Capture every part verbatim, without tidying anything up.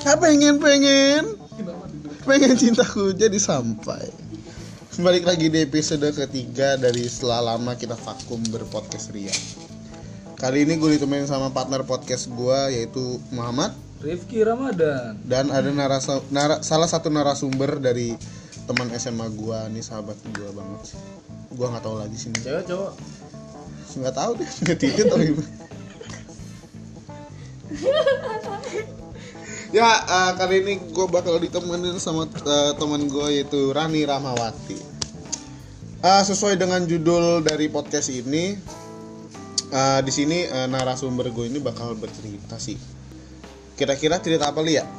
pengen pengen pengen cintaku jadi sampai. Balik lagi di episode ketiga dari setelah lama kita vakum berpodcast Ria. Kali ini gue ditemenin sama partner podcast gue yaitu Muhammad, Rifki Ramadan, dan ada narasa, nara, salah satu narasumber dari teman S M A gue, nih sahabat gue banget sih. Gue nggak tahu lagi sini. Cewek cowok? Nggak tahu deh, nggak titit atau gimana. Ya uh, kali ini gue bakal ditemenin sama uh, teman gue yaitu Rani Rahmawati. Uh, sesuai dengan judul dari podcast ini, uh, di sini uh, narasumber gue ini bakal bercerita sih. Kira-kira cerita apa Lia?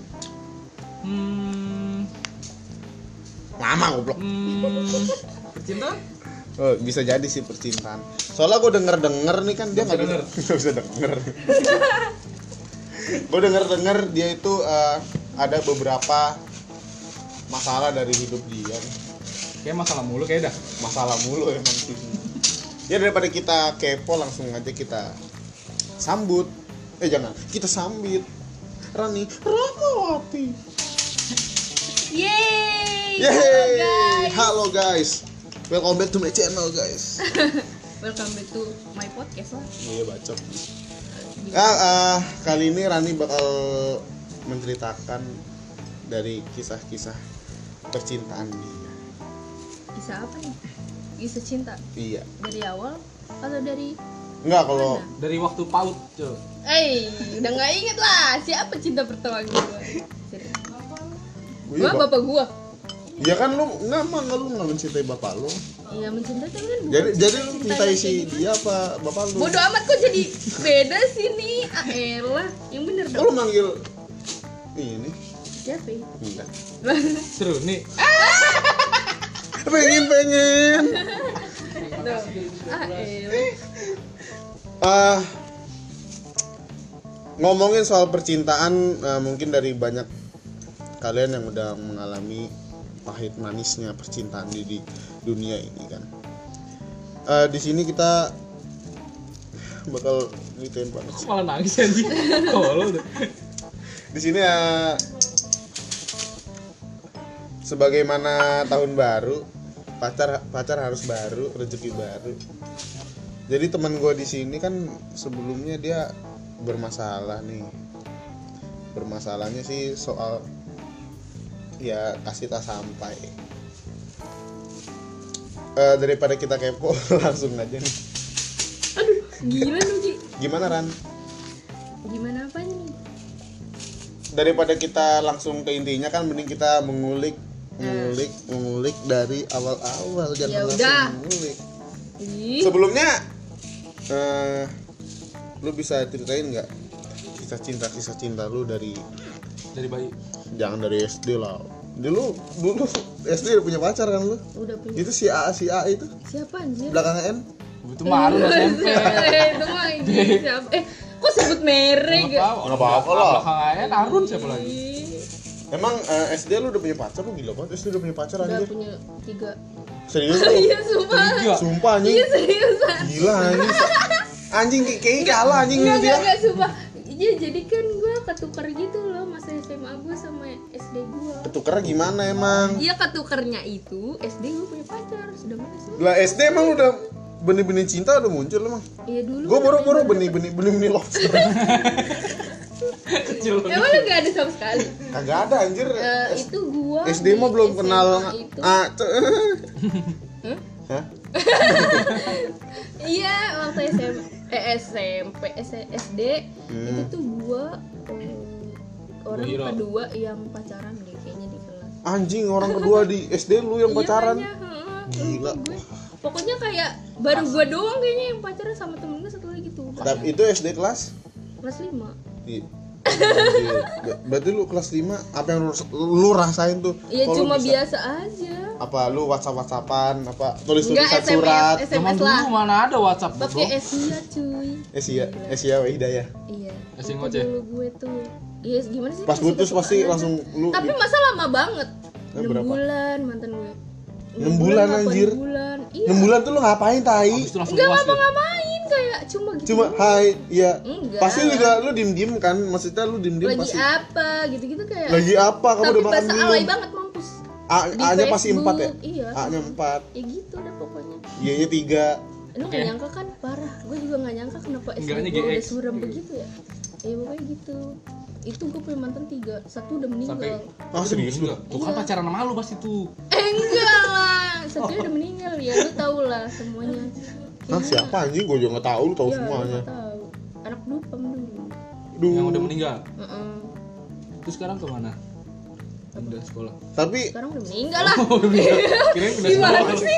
Hmm. Lama goblok. Hmm. Percintaan? Oh, bisa jadi sih percintaan. Soalnya gue denger-denger nih kan dia nggak denger. Nggak bisa denger. Gue denger-denger dia itu uh, ada beberapa masalah dari hidup dia. Kayak masalah mulu kayak dah. Masalah mulu emang sih. Ya daripada kita kepo langsung aja kita sambut. Eh jangan, kita sambit Rani Rahmawati. Yeay. Yeay. Halo guys. Welcome back to my channel guys. Welcome back to my podcast lah. Iya bacot. Ah, uh, kali ini Rani bakal menceritakan dari kisah-kisah percintaan dia. Kisah apa nih? Kisah cinta? Iya. Dari awal atau dari? Enggak kalau mana? Dari waktu PAUD, Cok. Eh, udah nggak inget lah siapa cinta pertama gue. Gua bap- bapak gua. Ya kan lu enggak mah lu enggak mencintai bapak lu. Iya mencintai tapi kan bukan Jadi jadi lu cinta cintai yang si kayak dia apa bapak lu? bodoh amat kok jadi beda sih nih. Ah elah, yang bener Oh, lu dong. manggil ini? Siapa ya? Enggak. Seru nih. pengen pengen. Tuh. Ah elah. Uh, ngomongin soal percintaan, uh, mungkin dari banyak kalian yang udah mengalami pahit manisnya percintaan di, di dunia ini kan. Uh, di sini kita bakal ngituin banget. Kok malah nangis anjing? Oh, lo udah. Di sini ya sebagaimana tahun baru, pacar pacar harus baru, rezeki baru. Jadi teman gue di sini kan sebelumnya dia bermasalah nih. Bermasalahnya sih soal ya kasih tak sampai. Uh, daripada kita kepo langsung aja nih. Aduh, gila lu Ji. Gimana Ran? Gimana apanya nih? Daripada kita langsung ke intinya kan mending kita mengulik mengulik mengulik dari awal-awal jangan Ya langsung udah. mengulik. Ih. Sebelumnya uh, lu bisa ceritain nggak kisah cinta kisah cinta lu dari Dari bayi. jangan dari S D lah. Dulu dulu S D udah punya pacar kan lu? Udah punya. Itu si A si A itu Siapa anjir? belakangnya N. Itu malu S M P. Eh, itu mah ini siapa? Eh, kok sebut merek? Nggak apa-apa lah. Belakangnya Arun siapa lagi? Ih, Emang uh, S D lu udah punya pacar lu gila banget. S D udah punya pacar udah anjir. punya tiga. Serius lu? Iya, sumpah. Tiga. Sumpah anjing. Iya, seriusan. Gila anjing. Anjing kayak kayaknya kalah anjing Enggak, dia. enggak, enggak, sumpah. Iya, jadi kan gue ketukar gitu loh masa S M A gue sama S D gue. Ketukernya gimana emang? Iya, ketukarnya itu S D gue punya pacar, sedangkan S M A. Lah S D emang udah benih-benih cinta udah muncul emang. Iya dulu. Gue kan baru-baru namanya benih-benih benih-benih lobster. Kecil. Emang lu gak ada sama sekali? Kagak ada anjir. Eh, S- itu gua S D mah di belum S M A kenal itu. ah, c- Hah? Hah? Iya, waktu S M eh S M P S S D Hmm. itu tuh gua um, orang Hero. kedua yang pacaran deh kayaknya di kelas. Anjing orang kedua di S D lu yang Iya, pacaran. kayaknya, heeh. Gila. Gue. Pokoknya kayak baru gua doang kayaknya yang pacaran sama temen gue satu lagi tuh. Tapi itu S D kelas? Kelas lima. Iya. Anjir. Ber- Berarti lu kelas lima apa yang lu, lu rasain tuh? Iya Kalau cuma bisa- biasa aja. Apa lu WhatsApp-WhatsAppan apa tulis-tulisan Enggak, S M S, surat? S M Zaman S dulu lah. mana ada WhatsApp, Bro? Pakai Asia cuy. Esia, Esia Hidayah. Iya. Asing itu ngoceh. dulu gue tuh. Iya gimana sih? Pas kasih putus pasti kesukaan langsung aja. lu. Tapi masa lama banget. Eh, enam berapa? bulan mantan gue. enam bulan, apa, anjir. enam bulan. Iya. enam bulan tuh lu ngapain tai? Habis itu langsung Enggak puas deh. ngapa-ngapain kayak cuma gitu. Cuma hai, iya. Enggak. Pasti juga lu diem-diem kan, maksudnya lu diem-diem lagi pasti. apa gitu-gitu kayak. Lagi apa? Kamu tapi udah makan bahasa belum? alay banget mampus. A, Di A-nya pasti Facebook, empat ya? iya. A-nya empat, Ya gitu dah pokoknya. Y-nya tiga. Lu nggak nyangka kan parah. Gue juga nggak nyangka kenapa S D Enggaknya gue udah G X. suram begitu ya. Ya pokoknya gitu. Itu gue punya mantan tiga, satu udah meninggal. Sampai Ah serius lu? enggak. Tuh kan Iya. pacaran sama lu pasti tuh. Eh enggak lah, satunya udah meninggal ya. Lu tau lah semuanya. Hah siapa anjing? Gue juga nggak tahu, lu tahu Ya, semuanya. lu tahu. Anak dupem dulu. Duh. Yang udah meninggal. Heeh. Terus sekarang kemana? Pindah sekolah. Tapi Sekarang udah meninggal lah. Oh, udah meninggal. Kirain pindah Gimana sekolah. sih?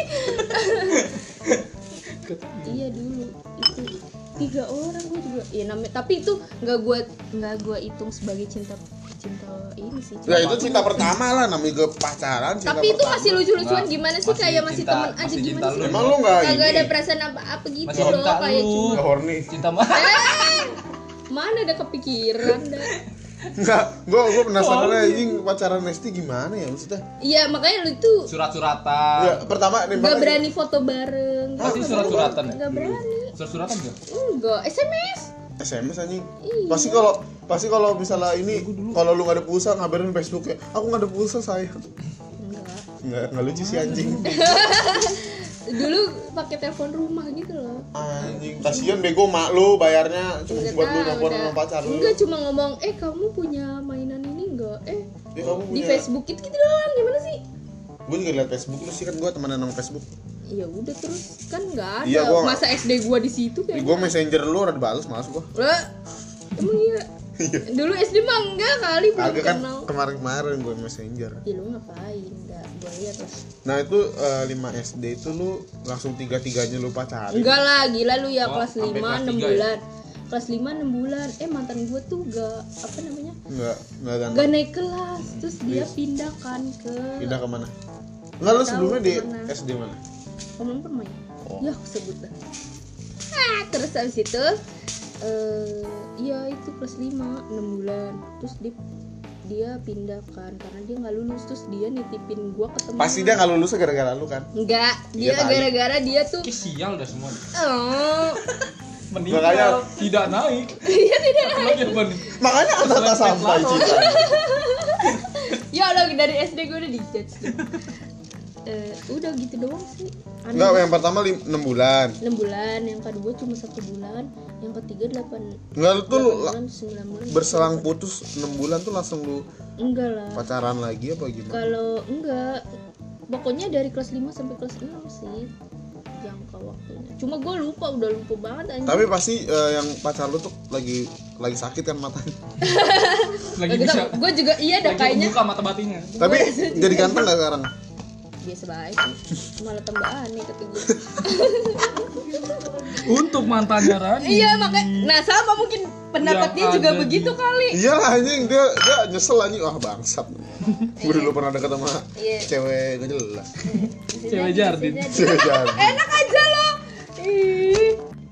Iya dulu itu tiga orang gue juga. Ya namanya tapi itu nggak gue nggak gue hitung sebagai cinta cinta ini sih. ya itu cinta pertama lah, namanya gue pacaran. Cinta Tapi itu pertama. masih lucu-lucuan Nggak, gimana sih masih kayak masih cinta- teman aja masih gimana cinta sih? lu. Emang lu nggak Kagak ini? ada perasaan apa-apa gitu Masih loh cinta kayak lu. cuma Nggak horny. Cinta mah. Eh, mana ada kepikiran dah. Enggak, gue gue penasaran aja anjing pacaran S D gimana ya maksudnya? Iya makanya lu itu Surat-suratan. Ya pertama nih nggak berani foto bareng. Pasti Nggak surat-suratan ya? Nggak berani. Surat-suratan enggak? Enggak, S M S. S M S anjing. Iya. Pasti kalau pasti kalau misalnya ini kalau lu nggak ada pulsa ngabarin Facebook ya, aku nggak ada pulsa sayang. Enggak. Nggak nggak lucu sih anjing. Dulu pakai telepon rumah gitu loh. Anjing kasihan bego mak lu bayarnya cuma Enggak buat lu tahu, nelfon udah. sama pacar lu. Enggak cuma ngomong, "Eh, kamu punya mainan ini enggak?" Eh, Ya kamu di punya. Facebook itu gitu doang. Gimana sih? Gue juga liat Facebook lu sih kan gue temenan sama Facebook. Ya udah terus kan enggak ada. Iya, gua- Masa S D gua di situ kayak. Gue messenger lu udah dibales malas gue. Lah, emang iya. Dulu S D mah enggak kali belum Agak kan kenal. kemarin-kemarin gue messenger. Ya lu ngapain? Enggak, gua lihat lah. Nah itu eh, lima S D itu lu langsung tiga-tiganya lu pacarin. Enggak lah, gila lu ya Oh, kelas sampai lima kelas enam tiga ya? bulan. Kelas lima enam bulan. Eh mantan gua tuh gak apa namanya? Enggak, enggak kan. Gak naik kelas. Terus dia pindah kan ke Pindah kemana? Enggak lu Tahu sebelumnya di kemana. S D mana? Kolam Permai. Oh. Ya aku sebut dah. Ah, terus habis itu eh iya itu kelas lima enam bulan. Terus dia dia pindah kan karena dia nggak lulus, terus dia nitipin gua ke temen. Pasti dia nggak lulus gara-gara lu kan? Enggak, Iya dia kali. gara-gara dia tuh Kayak sial dah semua. oh Meninggal, Makanya- tidak naik. iya tidak. Satu lagi apa nih? Makanya kata sampai cinta. Ya Allah dari S D gue udah dijudge tuh. Eh, udah gitu doang sih. Aneh. Enggak, yang pertama enam bulan. enam bulan, yang kedua cuma satu bulan, yang ketiga delapan Enggak lu tuh delapan la- bulan, sembilan bulan. berselang putus enam bulan tuh langsung lu Enggak lah. pacaran lagi apa gimana? Kalau enggak, pokoknya dari kelas lima sampai kelas enam sih jangka waktunya. Cuma gue lupa, udah lupa banget anjing. Tapi pasti eh, yang pacar lu tuh lagi lagi sakit kan matanya. Lagi bisa. gue juga iya dah Lagi kayaknya buka mata batinnya. Tapi jadi ganteng gak sekarang? biasa baik. Malah tambah aneh kata gue. Untuk mantannya Rani. Iya makanya, nah sama mungkin pendapat Yang dia juga ada begitu di- kali. Iya lah anjing, dia dia nyesel anjing, wah bangsat. Gue dulu pernah deket sama Iya. cewek gak jelas. Bisa Cewek jadi, Jardin. bisa jadi. Cewek jadi. Enak aja lo. Ih.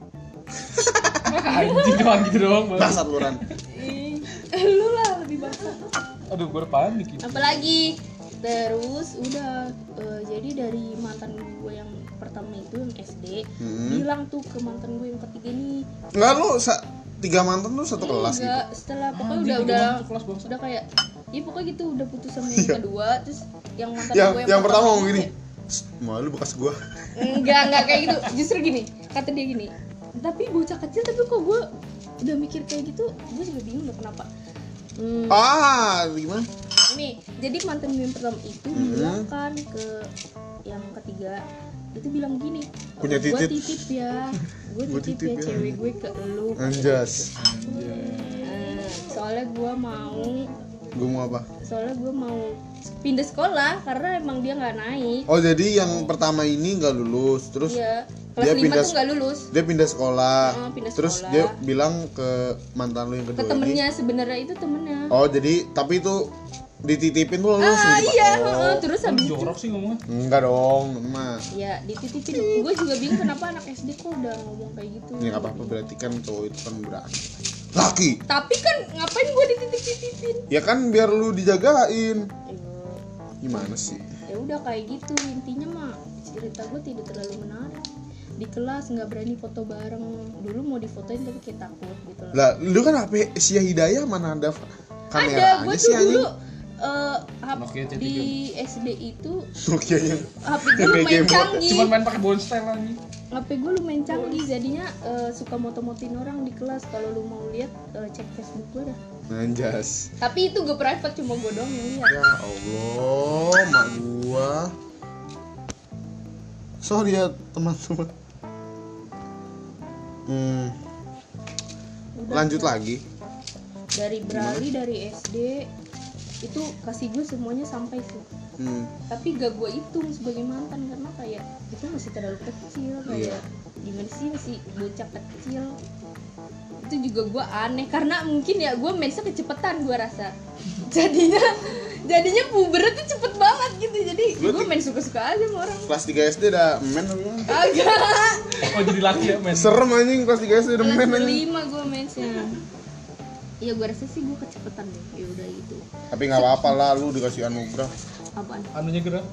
Anjing doang gitu doang. Bang. Bangsat lu Ran. Ih. Lu lah lebih bangsat. Aduh, gue udah panik gitu. Apalagi terus udah eh, jadi dari mantan gue yang pertama itu yang S D Hmm. bilang tuh ke mantan gue yang ketiga nih Enggak lu sa- tiga mantan tuh satu kelas gitu. enggak setelah pokoknya Anjing, udah tiga udah mantan kelas bangsa. udah kayak ya pokoknya gitu udah putus sama yang kedua terus yang mantan Yang gue yang pertama ngomong itu gini. ya, "Sst, malu bekas gua." enggak enggak kayak gitu justru gini kata dia gini tapi bocah kecil tapi kok gue udah mikir kayak gitu gue juga bingung deh kenapa. Hmm, Ah, gimana? Nih, jadi mantan gue yang pertama itu Hmm. bilang kan ke yang ketiga itu bilang gini, Punya gue titit." titip ya, gue Gua titip, titip ya ya. cewek gue ke elu. Anjas. Nah, soalnya gue mau, Gua mau apa? soalnya gue mau pindah sekolah karena emang dia nggak naik. Oh, jadi yang pertama ini nggak lulus, terus Iya, dia kelas lima pindah tuh nggak lulus. dia pindah sekolah. Oh, pindah Terus sekolah. dia bilang ke mantan lu yang Ke kedua ini. temennya sebenarnya itu temennya. Oh, jadi tapi itu dititipin tuh lulus Ah gitu, Pak? iya, Oh. heeh, terus Kan habis itu jorok sih ngomongnya. Enggak dong, mah. ya dititipin. Gue juga bingung kenapa anak S D kok udah ngomong kayak gitu. Ya nggak apa-apa, berarti kan cowok itu kan berani. Laki. Tapi kan ngapain gue dititip-titipin? Ya kan biar lu dijagain. Ayo. Gimana sih? Ya udah kayak gitu intinya mah cerita gue tidak terlalu menarik di kelas nggak berani foto bareng. Dulu mau difotoin tapi kayak takut gitu lah. Lah, lu kan H P Sia Hidayah mana ada Ada, kameranya gue sih tuh anjing? dulu eh, H P Nokia C tiga. di S D itu Nokia yang H P gue lumayan Game Boy. canggih. Cuman main pakai bonsai lagi. H P gue lumayan canggih, jadinya eh, suka moto-motin orang di kelas. Kalau lu mau lihat eh, cek Facebook gue dah. Anjas. Tapi itu gue private, cuma gue doang yang lihat. Ya Allah, mak gua. Sorry ya teman-teman. Hmm, Udah, lanjut lagi. dari beralih dari S D itu kasih gue semuanya sampai sih. Hmm, Tapi gak gue hitung sebagai mantan karena kayak itu masih terlalu kecil, kayak Iya. gimana sih, masih bocah kecil. Itu juga gue aneh karena mungkin ya gue mensnya kecepetan gue rasa. Jadinya jadinya puber tuh cepet banget gitu. Jadi Lu gue ti- main suka-suka aja sama orang. kelas tiga S D udah men apa gimana? Agak. Oh jadi laki ya men. Serem anjing kelas tiga S D udah Kelas men anjing. berlima gue mensnya. Iya gue rasa sih gue kecepetan deh. Ya udah gitu. Tapi nggak apa-apa lah, lu dikasih anugerah. Apaan? Anunya gerak.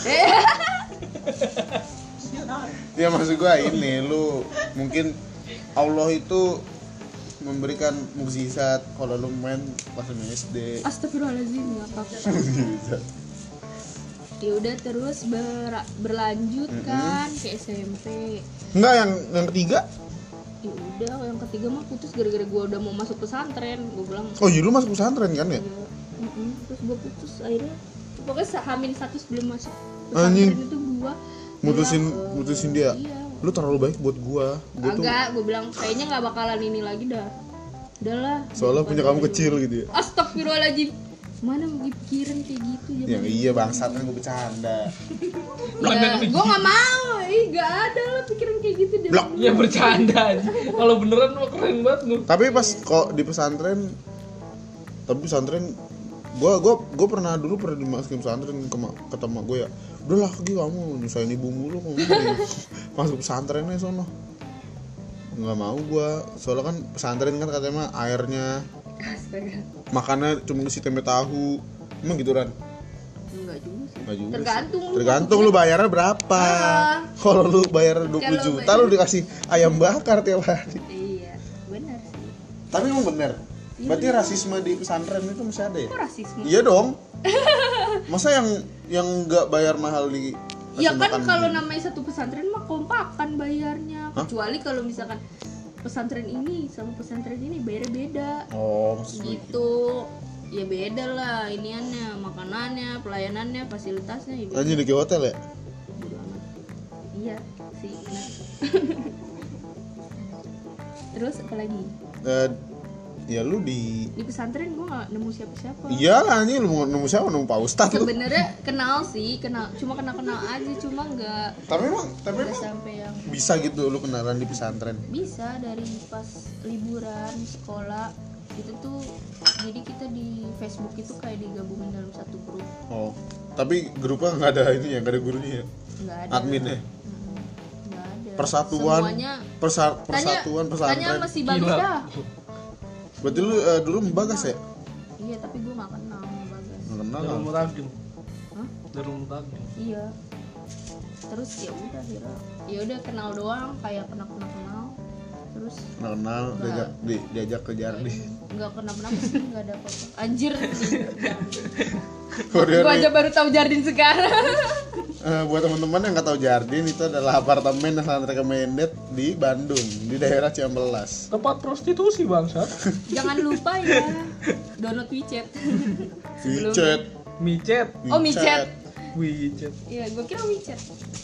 Ya maksud gua ini, lu mungkin Allah itu memberikan mukjizat kalau lu main pas main S D. Astagfirullahaladzim, nggak apa-apa. Mukjizat. Ya udah terus ber- berlanjut kan ke S M P. Enggak, yang yang ketiga. Ya udah yang ketiga mah putus gara-gara gue udah mau masuk pesantren. Gue bilang Oh, iya lu masuk pesantren kan ya? ya, mm-mm. Terus gue putus akhirnya. Pokoknya sehamin satu sebelum masuk Anjing. pesantren itu gue Mutusin bilang, eh, mutusin dia. Iya. Lu terlalu baik buat gua. Gua tuh Agak, gue bilang kayaknya nggak bakalan ini lagi dah. Udahlah. soalnya punya kamu kecil gitu ya. Astagfirullahaladzim. Mana mau pikiran kayak gitu Ya zaman iya bangsat kan gua bercanda. ya, gue nggak mau, ih nggak ada lah pikiran kayak gitu deh. Blok. Ya bercanda aja. Kalau beneran mah keren banget lu. Tapi pas kok di pesantren, tapi pesantren gua gua gua pernah dulu pernah dimasukin pesantren ke ma- ke teman gue ya. Udahlah pergi kamu, nyusahin ibu mulu kamu. Masuk pesantren aja sono. Nggak mau gua, soalnya kan pesantren kan katanya mah airnya, Astaga. makannya cuma isi tempe tahu. Emang gitu kan? Enggak juga sih. Nggak juga sih. Tergantung lu Tergantung lu bayarnya berapa. Ah. Kalau lu bayar dua puluh Kalau juta bayar- lu dikasih ayam bakar tiap hari. Iya, benar sih. Tapi emang bener. Iya, Berarti bener. rasisme di pesantren itu masih ada ya? Kok rasisme? Iya dong. Masa yang yang nggak bayar mahal di Ya kasih kan makan kalau di- namanya satu pesantren mah kompakan bayarnya. Hah? Kecuali kalau misalkan pesantren ini sama pesantren ini bayarnya beda. Oh, maksud gue Gitu. Ya beda lah iniannya, makanannya, pelayanannya, fasilitasnya ya beda. Anjir di hotel ya? Bodo amat. Iya sih benar. Terus apa lagi? Eh, ya lu di Di pesantren gue nggak nemu siapa-siapa. iya lah anjir, lu mau nemu siapa, nemu Pak Ustadz lu. Sebenarnya kenal sih, kenal, cuma kenal-kenal aja, cuma nggak Tapi emang tapi nggak emang sampai yang bisa gitu lu kenalan di pesantren. bisa dari pas liburan sekolah itu tuh. Jadi kita di Facebook itu kayak digabungin dalam satu grup. Oh. Tapi grupnya nggak ada ini ya, nggak ada gurunya ya. Nggak ada. Admin ya. Mm, nggak ada. Persatuan Semuanya. persa- Tanya, persatuan tanya pesantren. masih bagus Gila. dah. Berarti lu eh, dulu membagas ya? Iya tapi gue nggak kenal sama Bagas. Nggak kenal Darul kan? Mutagim. Hah? Darul Mutagim. Iya. Terus ya udah akhirnya ya udah kenal doang, kayak kenal kenal kenal. Terus Nggak kenal, diajak, di, diajak ke Jardi. nggak kenapa-napa sih, nggak ada apa-apa. Anjir. Korea Gue aja baru tahu Jardin sekarang. Eh, buat teman-teman yang nggak tahu Jardin, itu adalah apartemen yang sangat recommended di Bandung, di daerah Ciampelas. Tempat prostitusi bangsat. Jangan lupa ya download WeChat. Sebelum- WeChat, Micet. Oh, micet. WeChat. Iya, gue kira WeChat.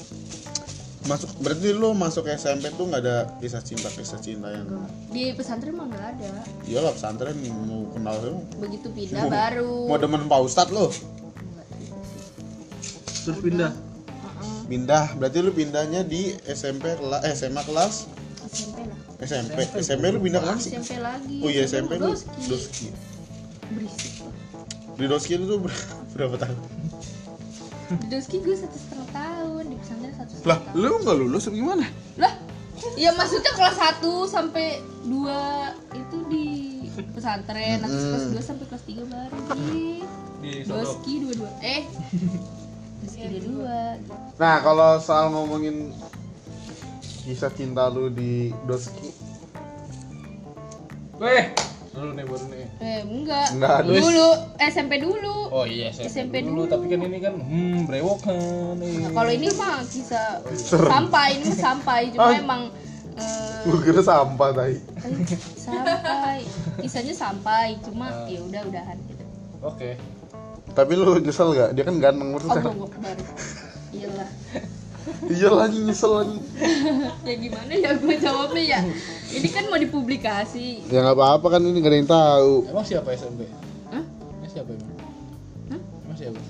masuk berarti lu masuk S M P tuh nggak ada kisah cinta kisah cinta yang Di pesantren mah nggak ada. iyalah pesantren mau kenal lu Begitu pindah Mau- baru. mau demen Pak Ustadz lu Enggak juga sih. Terus pindah. Heeh. pindah berarti lu pindahnya di S M P kelas eh, S M A kelas S M P lah. S M P S M P lu pindah kelas S M P lagi. oh iya S M P lu Doski. Doski Berisik lah. di Doski itu tuh ber- berapa tahun Di Doski gue satu setengah tahun, di pesantren satu setengah lah tahun. lu nggak lulus apa gimana Lah, ya maksudnya kelas satu sampai dua itu di pesantren, nanti kelas dua sampai kelas tiga baru di Di Sodok. Doski dua-dua. Eh, Doski dua-dua. nah kalau soal ngomongin kisah cinta lu di Doski. Weh, dulu nih baru nih. Eh enggak. Enggak ada. Dulu S M P dulu. Oh iya, S M P, S M P dulu. dulu. Tapi kan ini kan hmm brewok kan nih. Nah, kalau ini mah kisah Serem. sampai ini mah sampai cuma Ah. emang eh, Gua kira sampah tadi. eh, sampai kisahnya sampai cuma Ah. ya udah udahan gitu. Oke. Tapi lu nyesel gak? Dia kan ganteng Oh banget. gue baru. Iyalah. Iya lagi nyesel lagi. Ya gimana ya gue jawabnya ya. Ini kan mau dipublikasi. Ya nggak apa-apa kan ini gak ada yang tahu. Emang siapa S M P? Hah? Emang siapa emang? Hah? Emang siapa?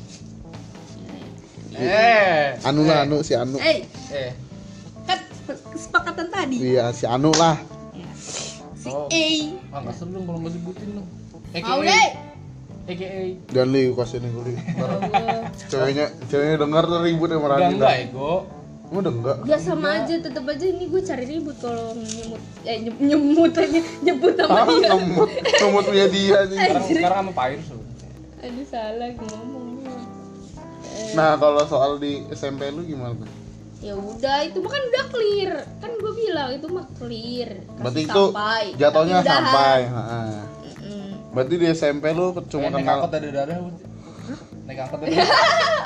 Eh. Anu lah Anu si Anu. Eh, Eh. kan kesepakatan tadi. Iya si Anu lah. Ya. Si Oh. A. Ah, enggak seru dong kalau enggak sebutin dong. Mau deh. A K A. Dan li kasih nih kuli. Allah. Ceweknya ceweknya dengar tuh ribut sama Udah Rani. enggak ego. Emang udah enggak? Ya sama aja, tetep aja ini gue cari ribut kalau nyemut eh nye- nyemut aja nyebut Ah, nama dia. ngemut, ngemut punya dia nih. Sekarang sekarang sama Pair so. Aduh salah ngomong. Eh, Nah, kalau soal di S M P lu gimana tuh? ya udah itu mah kan udah clear. Kan gue bilang itu mah clear. Kasih Berarti itu sampai. jatuhnya Tapi udahan. sampai. Heeh. Mm-mm. Berarti di S M P lu cuma Eh, naik kenal. angkot dari dadah. Naik angkot dari dadah.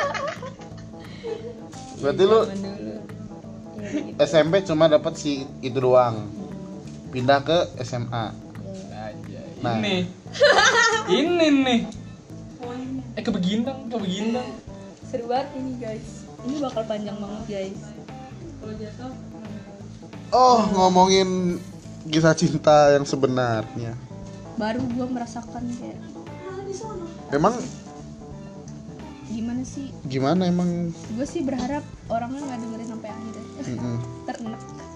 Berarti lu Zaman dulu. Ya, gitu. S M P cuma dapat si itu doang. Pindah ke S M A. Aja. Nah. Ini. Ini nih. Eh ke Begindang, ke Begindang. Seru banget ini guys. Ini bakal panjang banget guys. Oh, ngomongin kisah cinta yang sebenarnya. Baru gue merasakan kayak Emang gimana sih? gimana emang? Gue sih berharap orangnya nggak dengerin sampai akhir ya. Mm-mm. Ternak.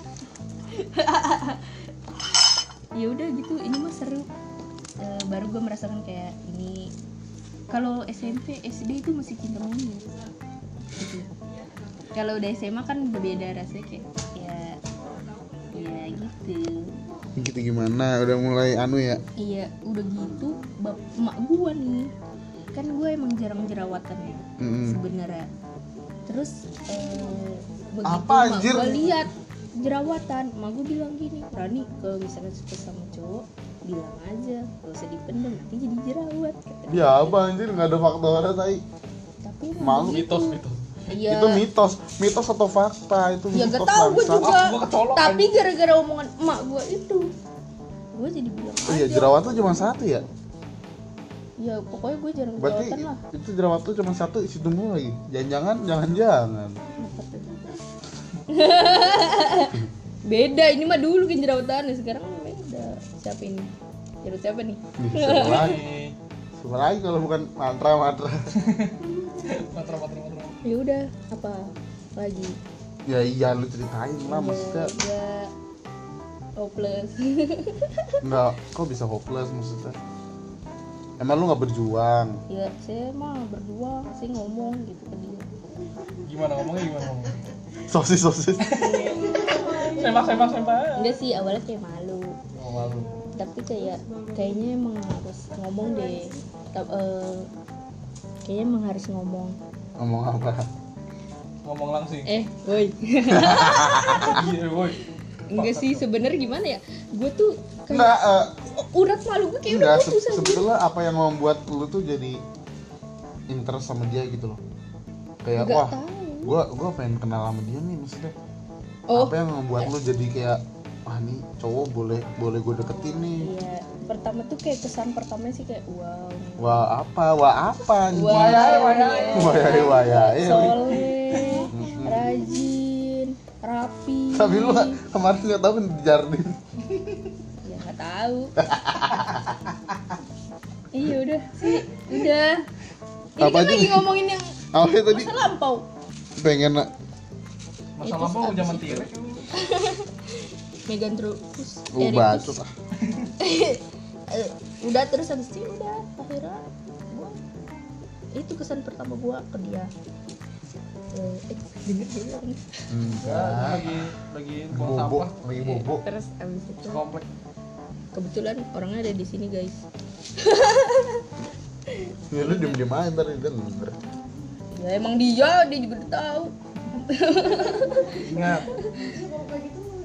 Ya udah gitu, ini mah seru. Eh, baru gue merasakan kayak ini. Kalau S M P, S D itu masih cinta monyet. Gitu. Kalau udah S M A kan berbeda rasanya kayak ya ya gitu. Gitu gimana? Udah mulai anu ya? Iya, udah gitu bap emak gua nih. Kan gue emang jarang jerawatan ya. Mm-mm. Sebenarnya. Terus eh, begitu Apa, emak anjir? gua lihat jerawatan, emak gua bilang gini, Rani kalau misalnya suka sama cowok bilang aja, gak usah dipendam nanti jadi jerawat kata dia. Ya apa anjir nggak ada faktornya tadi. Tapi emang Malu. begitu. Mitos, mitos. Iya. Itu mitos, mitos atau fakta itu Ya mitos. gak tahu gue bangsat. juga. Ah, gua kecolok, Tapi gara-gara omongan emak gua itu, gue jadi bilang Oh iya, aja. jerawat tuh cuma satu ya? Ya pokoknya gue jarang Berarti jerawatan lah. itu jerawat tuh cuma satu isi tumbuh lagi. Jangan-jangan, jangan-jangan. Beda, ini mah dulu kan jerawatannya, sekarang beda. Siapa ini? Jerawat siapa nih? Siapa lagi? Siapa lagi kalau bukan mantra-mantra? Matra, matra, matra. Ya udah, apa lagi? Ya iya lu ceritain lah maksudnya. Ya, hopeless. Enggak, kok bisa hopeless maksudnya? Emang lu nggak berjuang? Ya, saya mah berdua, saya ngomong gitu ke dia. Gimana ngomongnya gimana ngomongnya? Sosis sosis. Semak, semak, semak. Enggak sih, awalnya kayak malu. Oh, malu. Tapi kayak kayaknya emang harus ngomong deh. Ta- eh, kayaknya emang harus ngomong. Ngomong apa? Ngomong langsung. Eh, woi. Iya, woi. Enggak sih, sebenarnya gimana ya? Gue tuh kayak Enggak, eh, urat malu gue kayak udah enggak. Se- putus aja. sebetulnya apa yang membuat lu tuh jadi interest sama dia gitu loh? Kayak Nggak wah, tahu. gua gua pengen kenal sama dia nih maksudnya. Oh, Apa yang membuat lu jadi kayak wah nih cowok boleh boleh gue deketin nih? iya. Pertama tuh kayak kesan pertama sih kayak wow. Wah apa? Wah apa? anjing? Wayai, Wayai, wayai. Soleh, rajin, rapi. Tapi lu kemarin nggak tahu kan di Jardin. Ya nggak tahu. Iya udah sih, udah. Ini Apa kan aja lagi nih? ngomongin yang Apa ya tadi? masa lampau. Pengen nak Masa Itu lampau abis zaman itu. tirek. Megan terus uh, bacot ah. Eh, udah terus habis itu udah akhirnya gua itu kesan pertama gua ke dia. Eh, eh denger denger nih. Enggak. Lagi lagi buang Bobo, sampah. lagi bobo. Terus abis itu Komplek. kebetulan orangnya ada di sini guys. Ya lu diem-diem aja ntar dia denger. Ya emang dia dia juga udah tahu. Ingat.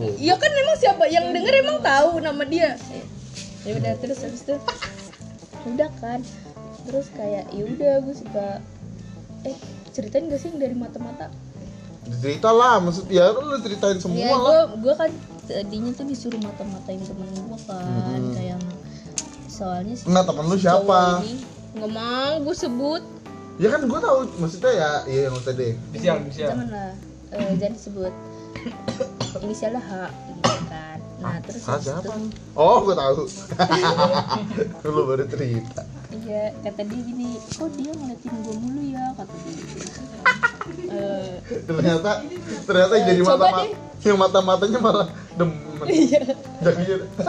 goblok. Iya kan emang siapa yang denger emang tahu nama dia. Eh, ya udah terus habis itu udah kan. Terus kayak ya udah gue suka eh ceritain gak sih yang dari mata-mata? Cerita lah, maksud ya lu ceritain semua Ya lah. gue gue kan tadinya tuh disuruh mata-matain temen gue kan Hmm. kayak soalnya si Enggak, temen lu siapa? cowok ini nggak mau gue sebut. Ya kan gue tahu maksudnya ya, iya yang tadi. Inisial, inisial. Janganlah eh, jangan disebut inisialnya H gitu kan. Nah terus Ah, habis siapa? itu- Oh, gue tahu. Lu baru cerita. iya kata dia gini, kok dia ngeliatin gue mulu ya kata dia. Eh, Ternyata ternyata yang Eh, jadi coba mata deh. yang mata-matanya malah demen. iya. Jadi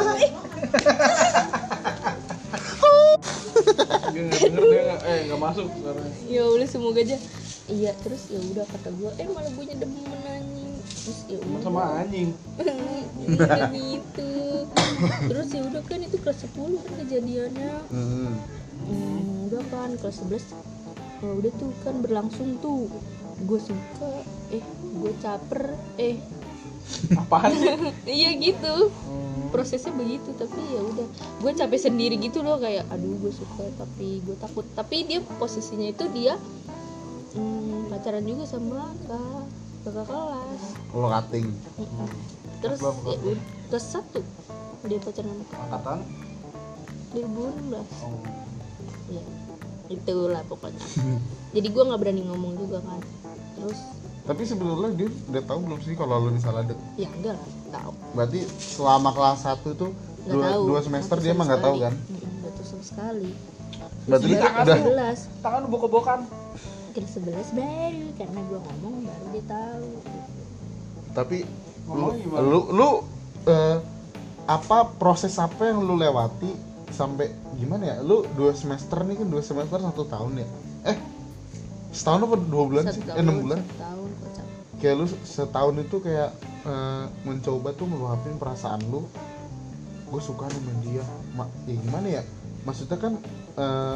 Dia nggak denger, dia nggak eh nggak masuk suaranya. Ya udah semoga aja. Iya terus ya udah kata gue, eh malah gue demen anjing. Terus ya udah. Sama anjing. Iya gitu. Terus ya udah kan itu kelas sepuluh kan kejadiannya. hmm. Hmm, udah kan kelas sebelas. Oh, udah tuh kan berlangsung tuh. Gue suka, eh gue caper, eh Apaan sih? iya gitu. Hmm. Prosesnya begitu tapi ya udah gue capek sendiri gitu loh kayak aduh gue suka tapi gue takut tapi dia posisinya itu dia hmm, pacaran juga sama kak kakak kelas. Lo cutting. Mm-mm. Terus Apa, apa, ya, apa? ud- kelas satu dia pacaran sama kakak Angkatan? dua ribu enam belas Oh. ya itulah pokoknya. Jadi gue nggak berani ngomong juga kan. Terus Tapi sebetulnya dia udah tahu belum sih kalau lu misalnya dek. ya enggak lah tahu Berarti selama kelas satu tuh nggak dua, tahu dua semester Nggak dia tahu emang nggak tahu sekali. kan? Mm-mm, nggak tahu sama sekali. Berarti lu Iya, tuh udah sebelas Tangan lu boko-bokan. kelas sebelas baru karena gue ngomong baru dia tahu. tapi lu Ngomong gimana? lu, lu eh, apa proses apa yang lu lewati sampai gimana ya? Lu dua semester nih kan dua semester satu tahun ya? Eh setahun apa dua bulan sih? Eh enam bulan? satu tahun kocak. Kayak lu setahun itu kayak eh, mencoba tuh meluapin perasaan lu. Gue suka nih sama dia. Ma, ya gimana ya? Maksudnya kan eh,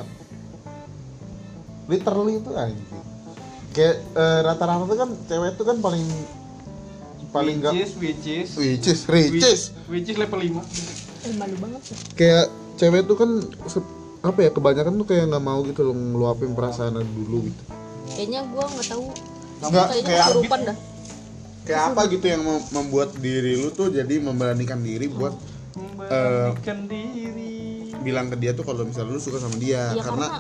literally itu anjing. Kayak eh, rata-rata tuh kan cewek tuh kan paling paling enggak Which is, which is, Ricis, ricis. which is level lima. Eh malu banget ya. Kayak cewek tuh kan se- apa ya kebanyakan tuh kayak nggak mau gitu loh ngeluapin perasaan dulu gitu. Kayaknya gue nggak tahu. Nggak, Kayaknya kayak kesurupan dah. Kayak apa gitu yang mem- membuat diri lu tuh jadi memberanikan diri buat Memberanikan diri. bilang ke dia tuh kalau misalnya lu suka sama dia Ya karena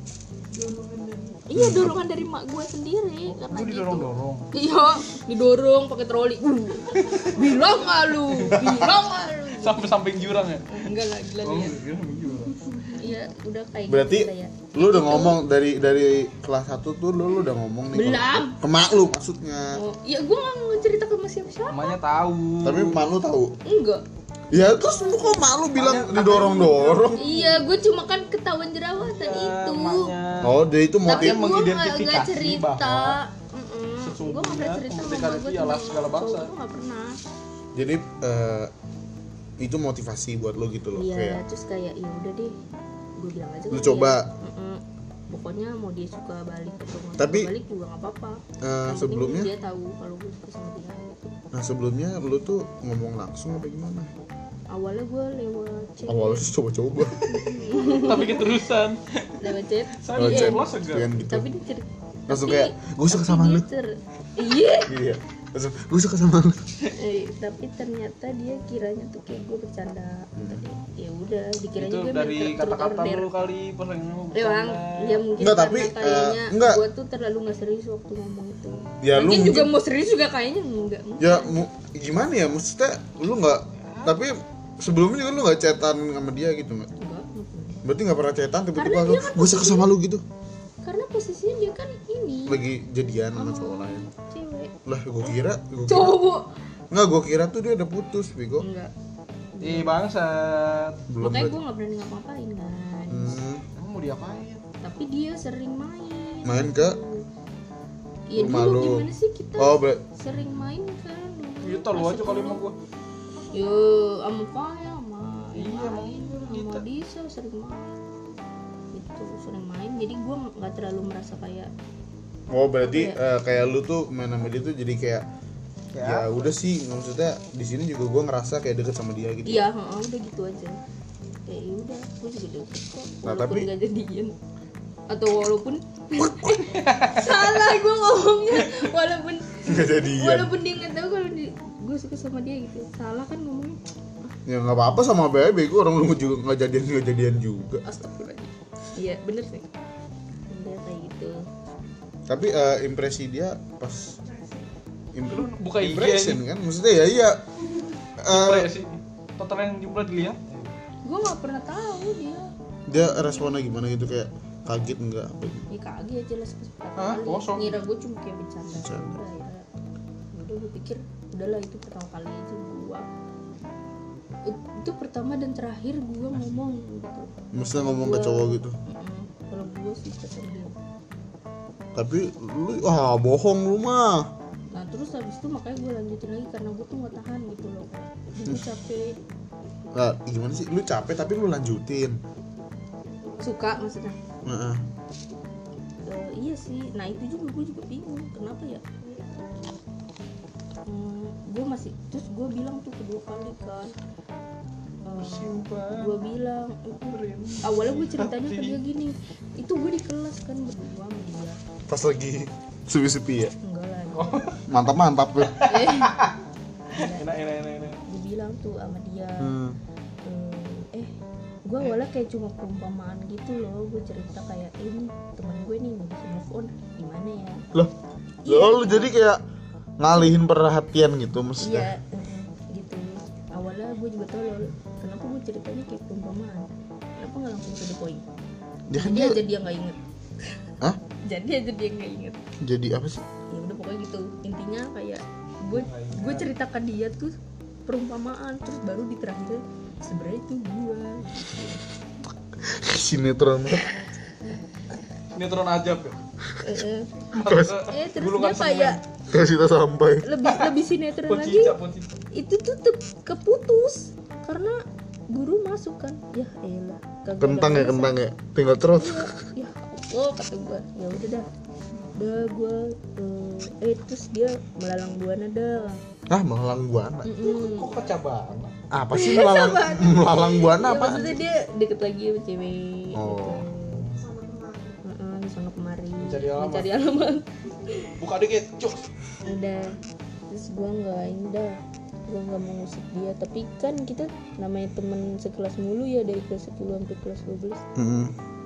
iya dorongan dari mak gue sendiri karena Lu gitu. didorong-dorong. Iya didorong pakai troli. Uh, bilang nggak lu? Bilang nggak lu? Sampai samping jurang ya? Enggak lah gila Oh, dia. kira samping jurang. Iya udah kayak berarti gitu kayak. lu udah ngomong dari dari kelas satu tuh lu, lu udah ngomong nih kalau- Belum. ke mak lu maksudnya. Oh, ya gue nggak cerita ke mas siapa-siapa. Namanya tahu. Tapi mak lu tahu. Enggak. Ya terus lu kok mak lu bilang Makanya- didorong-dorong. Iya, gue cuma kan ketahuan jerawatan itu. Oh, jadi itu Tapi motif Dia gue nggak mengidentifikasi nggak cerita. bahwa Mm-mm. sesungguhnya Gue nggak pernah cerita sama kemerdekaan gue itu ialah segala bangsa. Gue nggak pernah. jadi eh, itu motivasi buat lo gitu loh Iya, kayak terus kayak ya udah deh, gue bilang aja. Lu ke coba. dia. Mm-mm. Pokoknya mau dia suka balik atau mau Tapi, suka balik juga nggak apa-apa. eh, Yang penting sebelumnya dia tahu kalau gue suka sama dia. Gitu. nah sebelumnya lu tuh ngomong langsung apa gimana? Awalnya gue lewat chat, Awalnya sih coba-coba. Tapi keterusan. lewat chat. Saya Oh, di chat. kelas segar. Kan gitu. Tapi dia cerita. Langsung tapi- kayak gue suka tapi sama dia lu. cer- Iya. Iya. Langsung gue suka sama lu. Eh, tapi ternyata dia kiranya tuh kayak gue bercanda. Tadi ya udah dikiranya Itu gue dari main kata-kata order. lu kali pas lagi ngomong. Ya bang, bercanda. ya mungkin Enggak, karena tapi, eh, kayaknya enggak. gue tuh terlalu nggak serius waktu ngomong itu. Ya lu Mungkin juga mungkin mau serius juga kayaknya enggak. ya mu- gimana ya maksudnya lu nggak tapi sebelumnya juga lu nggak chatan sama dia gitu nggak? Enggak, enggak. Berarti nggak pernah chatan tiba-tiba Karena langsung dia kan gue suka sama lu gitu. Karena posisinya dia kan ini Lagi jadian sama cowok lain. cewek. Lah gue kira, gue kira Cowok. nggak gue kira tuh dia udah putus bego. Enggak. Ih bangsat. Belum Makanya gue berarti. nggak berani ngapa-ngapain kan. Hmm, Kamu mau diapain? Tapi dia sering main. main ke Ya rumah dulu lu. gimana sih kita Oh, ber- sering main kan. Ya tahu lu aja kali sama gua. Yo, sama Faya, sama yang Iya, emang lain, gitu. sama Disa sering main. Itu sering main, jadi gue nggak terlalu merasa kayak Oh berarti Apa eh, kayak lu tuh main sama dia tuh jadi kayak Ya udah sih, maksudnya di sini juga gue ngerasa kayak deket sama dia gitu. Iya, heeh, udah gitu aja. Kayak ya udah, gue juga deket kok. Nah, Walaupun tapi- nggak jadian. Atau walaupun salah gue ngomongnya, walaupun Nggak jadian. walaupun dia nggak tahu kalau di- gue suka sama dia gitu. Salah kan ngomongnya. Ya nggak apa-apa sama B B, gue orang lu juga nggak jadian nggak jadian juga. Astagfirullahaladzim. Iya, bener sih. Udah kayak gitu. Tapi eh, impresi dia pas Lu buka I G impression aja. kan, maksudnya ya iya. Eh, Berapa ya sih? Total yang jumlah dilihat. Gue nggak pernah tahu dia. dia responnya gimana gitu, kayak kaget enggak apa gitu. Ya kaget jelas pas pertama Hah? kali. Kosong. Ngira gue cuma kayak bercanda. Bercanda. Udah, akhirnya udah gue pikir udahlah itu pertama kali aja gue. Itu pertama dan terakhir gue ngomong gitu. Maksudnya ngomong ke cowok gitu. Mm-mm. Kalau gue sih kesel dia. Tapi lu ah bohong lu mah. Nah terus habis itu makanya gue lanjutin lagi karena gue tuh nggak tahan gitu loh. Gue capek. Nah, gimana sih? Lu capek tapi lu lanjutin. Suka maksudnya. Heeh. Eh, iya sih. Nah itu juga gue juga bingung kenapa ya. Hmm, gue masih terus gue bilang tuh kedua kali kan. Simpan. Gue bilang itu awalnya gue ceritanya ke dia gini, itu gue di kelas kan berdua sama dia. Pas lagi sepi-sepi ya. Enggak lah. Mantap-mantap lu. Eh, Enak enak enak enak. gue bilang tuh sama dia, Hmm. eh, eh gue awalnya kayak cuma perumpamaan gitu loh. Gue cerita kayak ini teman gue nih mau bisa move on gimana ya. Loh. Iya. Oh, lu jadi kayak ngalihin perhatian gitu Iya, maksudnya. eh, gitu. Awalnya gue juga tolol. Kenapa gue ceritanya kayak perumpamaan? Kenapa nggak langsung to the point? Dia kan Jadi dia aja dia nggak inget. Hah? Jadi aja dia nggak inget. Jadi apa sih? Ya udah pokoknya gitu. Intinya kayak gue gue ceritakan dia tuh perumpamaan, terus baru di terakhir sebenarnya itu gue. Sinetron banget. Sinetron ajab ya. Eh, eh. Terus eh terus Gulungan dia kayak kasih kita sampai. lebih lebih sinetron Pon lagi. cicak, pon cicak. Itu tuh tep- keputus karena guru masuk kan. Ya elah. kagak ada Kentang ya, alasan. kentang ya. Tinggal terus. Ya, oh kata gue, ya udah dah, udah gue, eh, eh terus dia melalang buana dah. Ah, melalang buana. Mm-mm. Kok pecah banget? Apa sih melalang melalang buana Ya, apa? maksudnya dia deket lagi sama cewek. Oh. Gitu. Heeh, di sana kemari. Mencari alamat. Mencari alamat. Buka dikit, cuk. Udah, terus gue nggak ini dah, gue nggak mau ngusik dia. Tapi kan kita namanya teman sekelas mulu ya dari kelas sepuluh sampai kelas dua belas. Hmm.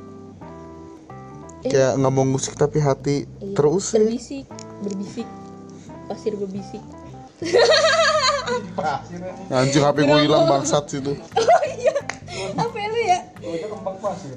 Eh. Kayak nggak mau musik tapi hati Iya, terus ya. berbisik, berbisik, pasir berbisik. Pasir ini. Anjing H P gue hilang bangsat situ. Oh iya, apa lu ya? Oh, itu kembang pasir.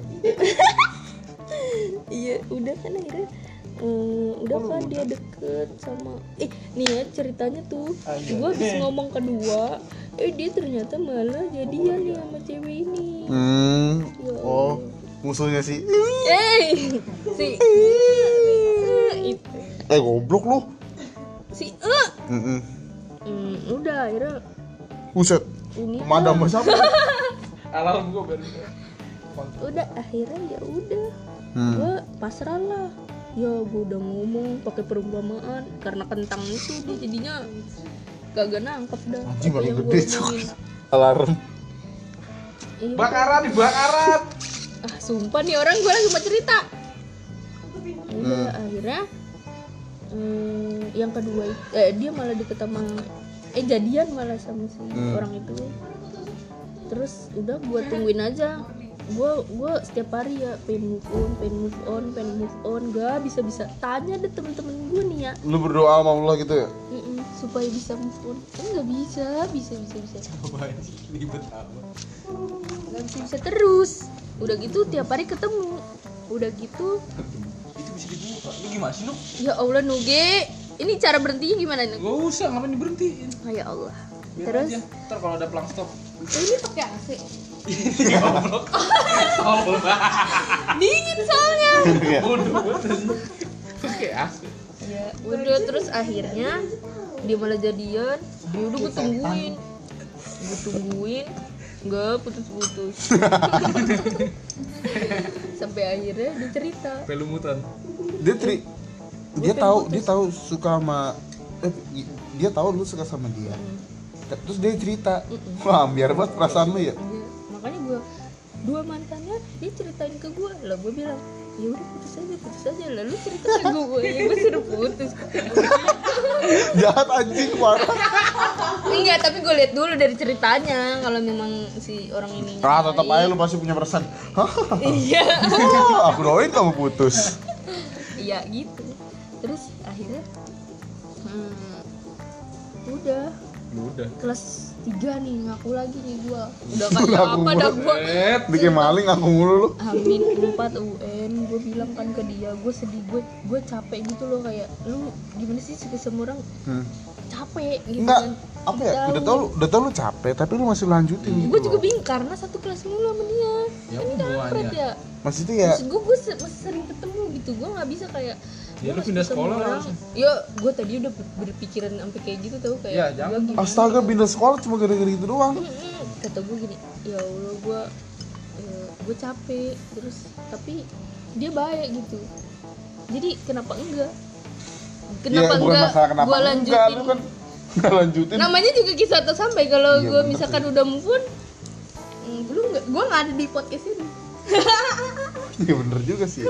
Iya, udah kan akhirnya eh, udah kan dia deket sama eh nih ya ceritanya tuh Ayo. gue habis ngomong kedua eh dia ternyata malah jadian nih sama cewek ini. Hmm. Ya Oh, musuhnya sih. eh si itu Eh goblok lu. si eh Heeh. Hmm, udah akhirnya Buset. ini Pemadam ah, siapa? Alarm gua baru. udah akhirnya ya udah Hmm. gue pasrah lah. Ya gue udah ngomong pakai perumpamaan karena kentang itu dia jadinya kagak nangkep dah. Anjing apa makin yang gede gua cuk. omongin. Alarm. Iya, Bakaran, dibakaran. ah sumpah nih orang gue lagi mau cerita. Udah Hmm. akhirnya hmm, yang kedua itu- eh, dia malah deket sama eh jadian malah sama si Hmm. orang itu. Terus udah gue tungguin aja. Gue gue setiap hari ya pengen move on, pengen move on, pengen move on. Gak bisa bisa tanya deh temen-temen gue nih ya. Lu berdoa sama Allah gitu ya? Mm-mm, supaya bisa move on. Kan nggak bisa, bisa bisa bisa. Ribet amat. Nggak bisa bisa terus. Udah gitu tiap hari ketemu. Udah gitu, Itu bisa dibuka. Lu gimana sih, Nuk? ya Allah Nuge. Ini cara berhentinya gimana nih? Gak usah, ngapain diberhentiin? Oh, ya Allah. Biar Terus aja. Ntar kalau ada pelang stop. eh, ini pakai A C. Ini goblok. Tolol banget. Dingin soalnya. Bodoh banget. Pakai asli. Ya, udah terus akhirnya dia malah jadian. Ya udah gue tungguin. Gue tungguin. Enggak putus-putus. Sampai akhirnya dia cerita. Pelumutan. Dia tri dia tahu dia tahu suka sama eh, dia tahu lu suka sama dia. Mm. Terus dia cerita, Mm-mm. wah biar banget perasaan lu ya. Iya, makanya gue dua mantannya dia ceritain ke gue, lah gue bilang ya udah putus aja putus aja, lalu cerita ke gue ya gue suruh putus. Jahat anjing parah. Enggak, tapi gue lihat dulu dari ceritanya kalau memang si orang ini. Ah tetap aja lu pasti punya perasaan. Iya. Oh, aku doain kamu putus. Iya gitu. Terus akhirnya hmm, udah Udah. kelas tiga nih ngaku lagi nih gue udah kayak Ngaku apa dah mulu. gue Bikin maling aku mulu lu. Amin empat U N gue bilang kan ke dia gue sedih, gue gue capek gitu loh, kayak lu gimana sih suka sama orang Hmm. capek gitu. Enggak, kan apa ya? Udah tau lu, udah tau lu capek, tapi lu masih lanjutin gitu. gue juga loh. bingung karena satu kelas mulu sama dia. Ya Ini hubungannya. kampret ya. Maksudnya ya, Maksud gue gue se- masih sering ketemu gitu, gue nggak bisa kayak Ya, gua lu masih pindah ketemu sekolah orang. langsung. Ya gue tadi udah ber- berpikiran sampai kayak gitu tau, kayak Ya, jangan. gua gimana? astaga pindah sekolah cuma gara-gara itu doang. Mm-mm. Kata gue gini, ya Allah gue eh, gue capek terus, tapi dia baik gitu, jadi kenapa enggak kenapa Ya, bukan enggak masalah kenapa gue enggak, lanjutin. lu kan enggak lanjutin. Namanya juga kisah tak sampai kalau Iya, gue bener misalkan sih. udah move on, mm, lu nggak, gue nggak ada di podcast ini. Iya bener juga sih.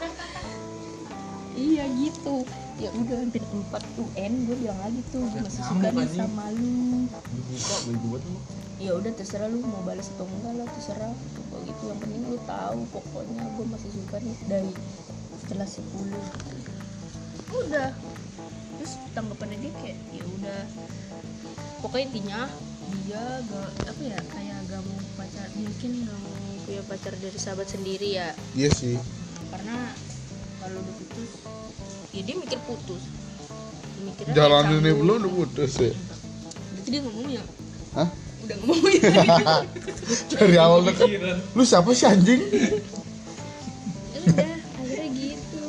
Iya gitu. Ya udah hampir empat U N gue bilang lagi tuh gue masih suka nih sama lu. Buka, bego banget lu. Ya udah terserah lu mau balas atau enggak lah, terserah. Pokok gitu yang penting lu tahu pokoknya gue masih suka nih dari setelah sepuluh. Udah. Terus tanggapannya dia kayak ya udah. Pokoknya intinya dia gak apa ya, kayak gak mau pacar, mungkin gak mau punya pacar dari sahabat sendiri ya. Iya sih. Karena kalau udah putus ya dia mikir putus, mikirnya Jalan kayak ini canggung. belum udah putus ya. Berarti dia ngomongnya Hah? udah ngomongnya Dari awal deket. Pikiran. Lu siapa sih anjing? ya udah akhirnya gitu.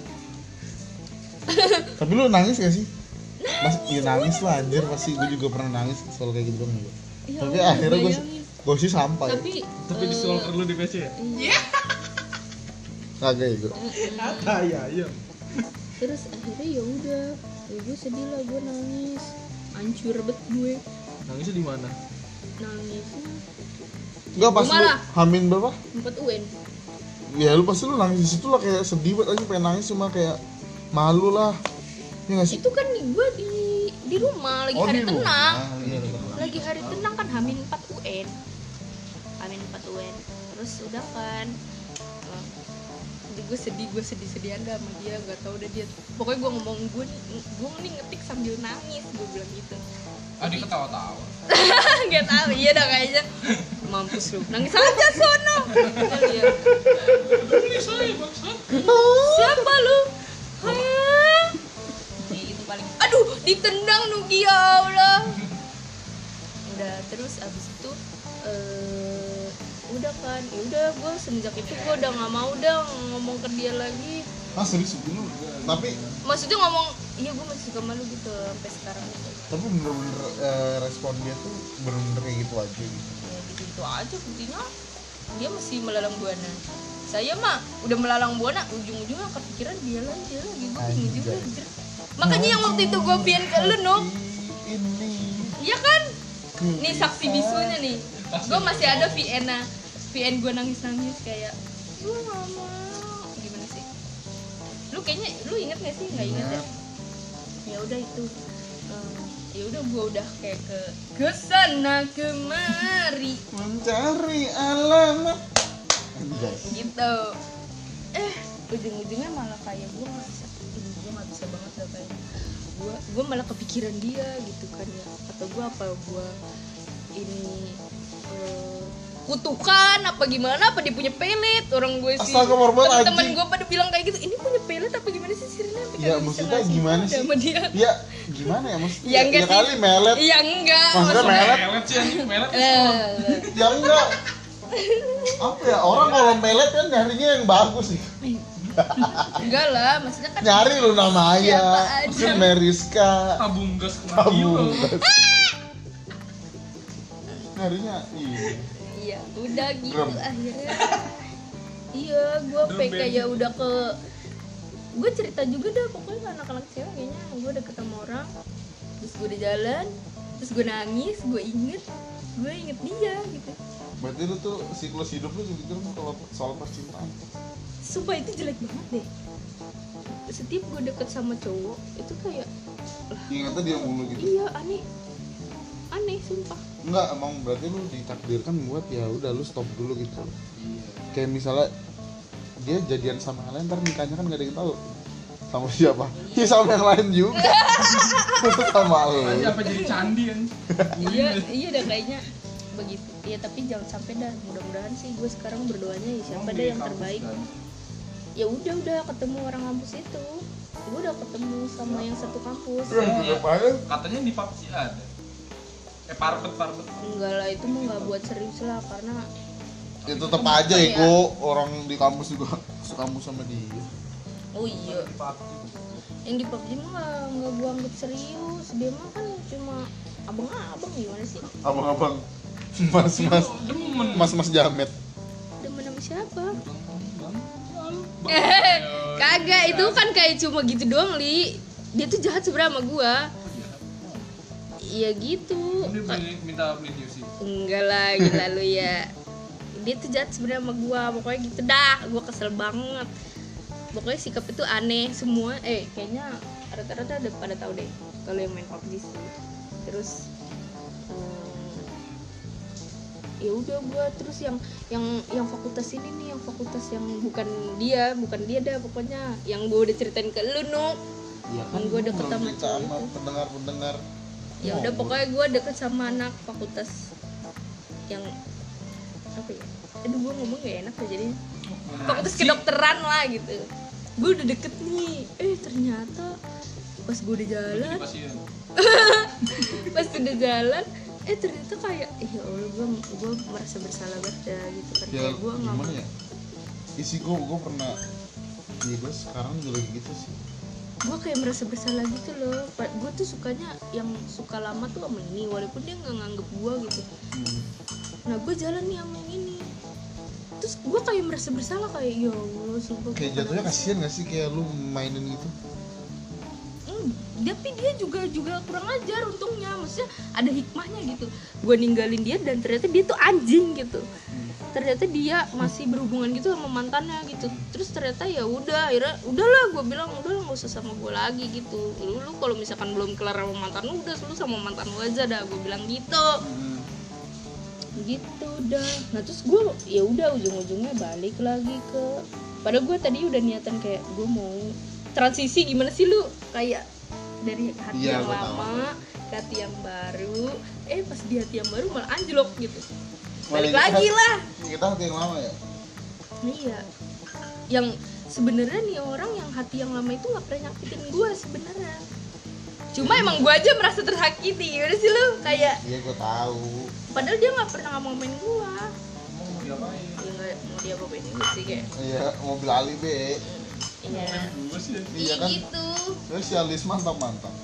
Tapi lu nangis gak sih? Mas, ya nangis lah anjir, pasti gue juga pernah nangis soal kayak gitu kan. Ya Tapi Allah, akhirnya gue bayangin. gue sih sampai. Tapi Tapi di soal perlu di P C ya? iya. Kagak ya gue. Ada ya, iya. Terus akhirnya ya udah, ya gue sedih lah, gue nangis, hancur bet gue Nangisnya di mana? nangisnya Enggak pas Gua lu malah. hamin berapa? empat U N. Ya lu pasti lu nangis di situ lah, kayak sedih banget aja, pengen nangis cuma kayak malu lah. Ya nggak sih? Itu kan gue di di rumah lagi Oh, hari di tenang. rumah. Iya, iya. Lagi hari tenang kan, hamin empat U N. Hamin empat U N. Terus udah kan uh, gue sedih, gue sedih-sedihan dah sama dia, gak tau udah dia. Pokoknya gue ngomong, gue gue nih ngetik sambil nangis, gue bilang gitu. Ah, dia ketawa-tawa. Gak tau, iya dah kayaknya. Mampus lu, nangis aja sono. Iya. Ini saya bangsat. Siapa lu? Hah? Kayak gitu paling. Aduh, ditendang Nugi, ya Allah. Udah, terus abis itu eh udah kan, ya udah gue semenjak itu gue udah nggak mau dah ngomong ke dia lagi. Ah serius lu? Tapi Maksudnya ngomong, iya gue masih suka malu gitu sampai sekarang gitu. tapi bener-bener eh, respon dia tuh bener-bener kayak gitu aja gitu. Ya gitu aja, buktinya dia masih melalang buana. Saya mah udah melalang buana, ujung-ujungnya kepikiran dia lagi lagi gue bingung juga. Anjay. anjir. Makanya yang waktu itu gue pian ke lu, Nuk. Ini Iya kan? Nih saksi bisunya nih. Gue masih ada V N-nya. V N gue nangis-nangis kayak gue gak mau. Gimana sih? Lu kayaknya lu inget gak sih? Nggak inget ya? Ya udah itu. Eh, ya udah gue udah kayak ke kesana kemari mencari alamat. Anjay. gitu. Eh ujung-ujungnya malah kayak gue nggak bisa, gue nggak bisa banget lah kayak gue gue malah kepikiran dia gitu kan ya. Atau gue apa gue ini eh, kutukan apa gimana, apa dia punya pelet orang gue sih. Astaga, korban Temen-temen anjing. gue pada bilang kayak gitu, ini punya pelet apa gimana sih Sirina? Sampai Ya kagak bisa maksudnya ngasih gimana tahu sih? sama dia. Ya gimana ya maksudnya? Ya enggak ya sih. kali melet. Iya enggak. Maksudnya maksudnya- melet? Melet sih anjing, melet. Eh, Ya enggak. Apa ya, orang kalau melet kan nyarinya yang bagus sih. enggak lah, maksudnya kan Nyari lu nama Siapa Aya, aja. mungkin Meriska, Tabung gas kena Tabung. kilo. Nyarinya iya. iya udah gitu Drum. akhirnya. Iya, gue Drum kayak band. ya udah ke gue cerita juga dah pokoknya anak-anak cewek kayaknya gue deket sama orang terus gue di jalan terus gue nangis gue inget gue inget dia gitu. Berarti lu tuh siklus hidup lu gitu kalau soal percintaan. Sumpah itu jelek banget deh. Setiap gue deket sama cowok itu kayak Ingatnya dia mulu gitu. iya aneh aneh sumpah. Enggak, emang berarti lu ditakdirkan buat ya udah lu stop dulu gitu. Iya. Kayak misalnya dia jadian sama yang lain, ntar nikahnya kan gak ada yang tahu sama siapa. Ya sama yang lain juga. Sama lu. Nanti apa jadi candi kan? Iya iya dah kayaknya begitu. Ya tapi jangan sampai dah. Mudah-mudahan sih gue sekarang berdoanya ya siapa Emang dah di yang kampus terbaik. kan? Ya udah udah ketemu orang kampus itu. Gue udah ketemu sama yang satu kampus. Yang tetep aja. Katanya di P U B G ada. Eh parpet parpet. Enggak lah itu mah nggak buat serius lah karena Ya tetep aja Iya. Iko, orang di kampus juga sekampus sama dia. oh iya Di P U B G. yang di P U B G mah nggak nggak gue anggap serius. Dia mah kan cuma abang-abang gimana sih? Abang-abang, mas-mas, Demen. mas-mas jamet. Demen sama siapa? Bang. Eh, kagak itu kan kayak cuma gitu doang li. Dia tuh jahat sebenarnya sama gua. Iya gitu. Dia beli- minta beli T V. Enggak lah gila lu ya. Dia tuh jahat sebenarnya sama gua. Pokoknya gitu dah. Gua kesel banget. Pokoknya sikap itu aneh semua. Eh kayaknya rata-rata udah pada tahu deh kalau yang main P U B G sih. Terus ya udah gua terus yang yang yang fakultas ini nih yang fakultas yang bukan dia bukan dia dah pokoknya yang gua udah ceritain ke lu Nuk. Iya Yang gua deket sama cerita cewek sama itu. pendengar-pendengar. Ya udah pokoknya gua deket sama anak fakultas yang apa ya aduh gua ngomong gak enak ya jadi fakultas kedokteran lah gitu. Gua udah deket nih eh ternyata pas gua udah jalan Pasien. pas udah jalan eh ternyata kayak ya Allah gue gue merasa bersalah banget dah gitu kan Ya kayak gue nggak gimana ya? Isi gue gue pernah, ya gue sekarang juga gitu sih. gue kayak merasa bersalah gitu loh. Gue tuh sukanya yang suka lama tuh sama ini walaupun dia nggak nganggep gue gitu. Hmm. Nah gue jalan nih sama yang ini terus gue kayak merasa bersalah kayak ya Allah sumpah gua Kayak jatuhnya kenapa kasihan gak sih kayak lu mainin gitu? Hmm, tapi dia juga juga kurang ajar untungnya maksudnya ada hikmahnya gitu. Gue ninggalin dia dan ternyata dia tuh anjing gitu. Ternyata dia masih berhubungan gitu sama mantannya gitu. Terus ternyata ya udah akhirnya udahlah gue bilang udah nggak usah sama gue lagi gitu. Lu, lu kalau misalkan belum kelar sama mantan lu udah lu sama mantan lu aja dah gue bilang gitu. Hmm. Gitu dah. Nah terus gue ya udah ujung-ujungnya balik lagi ke padahal gue tadi udah niatan kayak gue mau transisi gimana sih lu kayak dari hati Iya, yang gua tahu. lama ke hati yang baru eh pas di hati yang baru malah anjlok gitu balik Malah lagi kita- lah Kita hati yang lama ya? iya yang sebenarnya nih orang yang hati yang lama itu nggak pernah nyakitin gue sebenarnya cuma emang gue aja merasa tersakiti gimana sih lu kayak Iya gue tahu. padahal dia nggak pernah ngomongin gue Emang mau diapain? ya nggak mau dia apa-apain juga sih kayak Iya mobil Ali be. iya Gue sih. Iya kan? gitu Terus si Alis mantap mantap.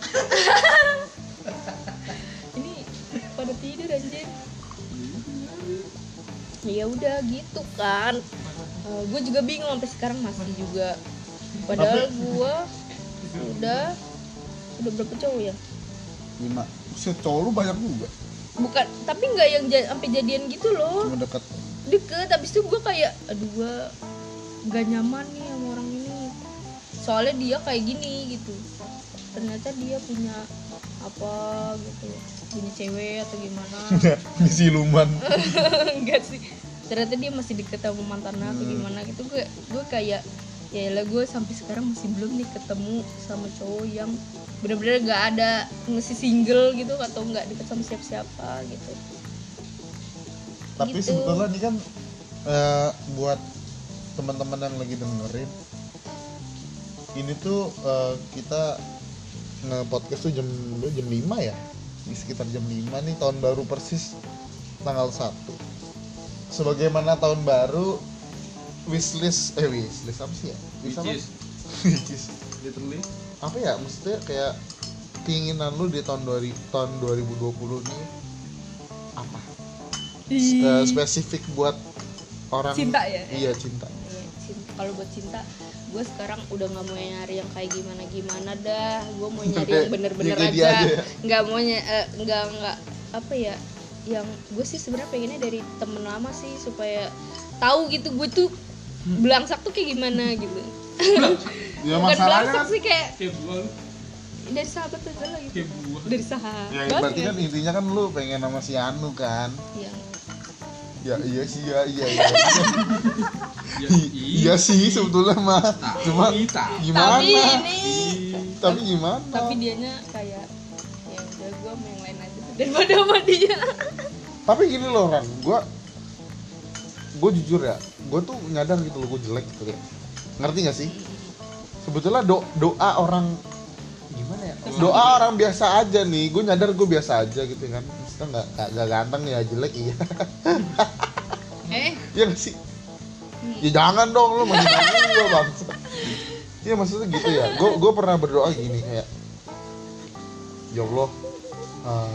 ini pada tidur anjir ya udah gitu kan. Gue juga bingung sampai sekarang masih juga padahal gue udah udah berapa cowok ya Lima. Si cowok lu banyak juga. bukan tapi nggak yang ja- sampai jadian gitu loh Cuma dekat. deket habis itu gue kayak aduh gue nggak nyaman nih sama orang ini soalnya dia kayak gini gitu ternyata dia punya apa gitu punya cewek atau gimana Di siluman. enggak sih ternyata dia masih deket sama mantannya atau gimana gitu gue gue kayak ya lah gue sampai sekarang masih belum nih ketemu sama cowok yang benar-benar nggak ada masih single gitu atau nggak deket sama siapa-siapa gitu. Tapi Gitu. sebetulnya ini kan eh, buat teman-teman yang lagi dengerin ini tuh eh, kita nge-podcast tuh jam jam lima ya. Di sekitar jam lima nih tahun baru persis tanggal satu. Sebagaimana tahun baru wishlist eh wishlist apa sih ya? Wish apa? Which is Wishlist. literally Apa ya maksudnya kayak keinginan lu di tahun dua ribu, tahun dua ribu dua puluh nih apa? Eh, spesifik buat orang Cinta ya? Iya cinta. Iya, cinta. Kalau buat cinta gue sekarang udah nggak mau nyari yang kayak gimana gimana dah, gue mau nyari Kayak- yang bener-bener kayak dia aja, aja ya? nggak mau ny- eh, nggak nggak apa ya, yang gue sih sebenarnya pengennya dari temen lama sih supaya tahu gitu gue tuh belangsak tuh kayak gimana gitu. Ya Bukan masalahnya belangsak kan sih, kayak Kayak buah lu, dari sahabat aja lah gitu, kayak buah. dari sahabat. ya berarti kan intinya kan lu pengen sama si Anu kan. Yang Ya iya sih ya iya iya. Ya, Iya sih sebetulnya mah. Cuma Tapi, tapi. gimana? tapi ini Tapi gimana? tapi dianya kayak ya udah gue mau yang lain aja daripada sama dia. Tapi gini loh Ran, gue gue jujur ya, gue tuh nyadar gitu loh gue jelek gitu ya. Ngerti gak sih? Sebetulnya do, doa orang gimana ya? Doa orang biasa aja nih, gue nyadar gue biasa aja gitu kan. Maksudnya nggak nggak- nggak ganteng ya jelek iya. eh Iya gak sih? Ya jangan dong lo menghina gue bangsa. Iya maksudnya gitu ya. Gue gue pernah berdoa gini kayak, ya Allah, eh,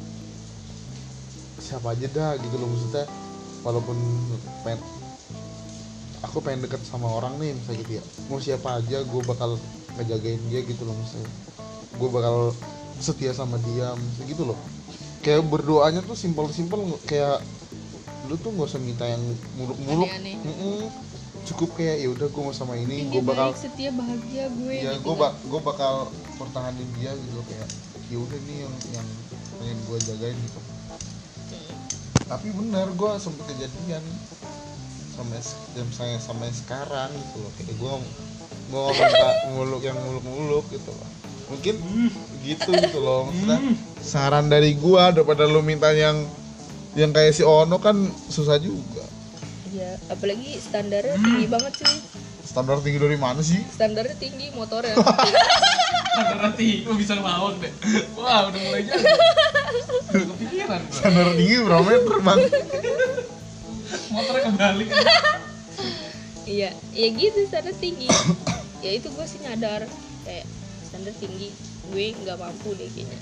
siapa aja dah gitu loh maksudnya. Walaupun pengen, aku pengen deket sama orang nih misalnya gitu ya. Mau siapa aja gue bakal ngejagain dia gitu loh misalnya. Gue bakal setia sama dia misalnya gitu loh. Kayak berdoanya tuh simpel-simpel kayak lu tuh nggak usah minta yang muluk-muluk. Aneh-aneh. Mm-mm. Cukup kayak ya udah gue mau sama ini, dia gue bakal baik, setia, bahagia gue ya gitu gue kan. bak gue bakal pertahanin dia gitu loh, kayak ya udah nih yang yang pengen gue jagain gitu. Tapi bener gue sempet kejadian sampai jam saya sampai sekarang gitu loh, kayak gue gue nggak minta muluk yang muluk-muluk gitu loh. Mungkin gitu gitu loh maksudnya. Saran dari gue daripada lu minta yang yang kayak si Ono kan susah juga. Iya, apalagi standarnya tinggi banget cuy. Standar tinggi dari mana sih? Standarnya tinggi motornya. Nanti lu bisa ngelawan deh. Wah, udah mulai jadi. Udah kepikiran gua. Standar tinggi berapa meter bang? Motornya kebalik. Iya, ya gitu standar tinggi. Ya itu gue sih nyadar kayak standar tinggi gue nggak mampu deh kayaknya.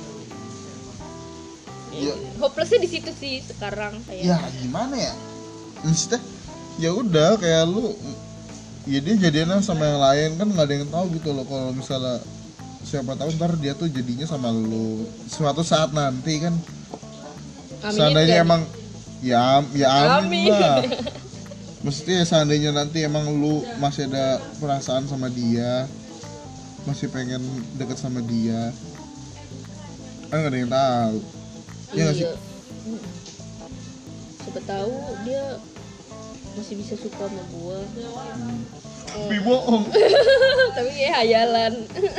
Iya. Hopelessnya di situ sih sekarang kayak. Ya gimana ya? Maksudnya ya udah kayak lu ya dia jadinya sama yang lain kan nggak ada yang tahu gitu loh. Kalau misalnya siapa tahu ntar dia tuh jadinya sama lu suatu saat nanti kan. Aminin Seandainya kan? emang ya ya amin, Amin. lah. Maksudnya seandainya nanti emang lu masih ada perasaan sama dia, masih pengen deket sama dia, kan nggak ada yang tahu. Iya nggak sih? Mm. Siapa tahu dia masih bisa suka sama gua. Tapi bohong. Tapi kayak hayalan.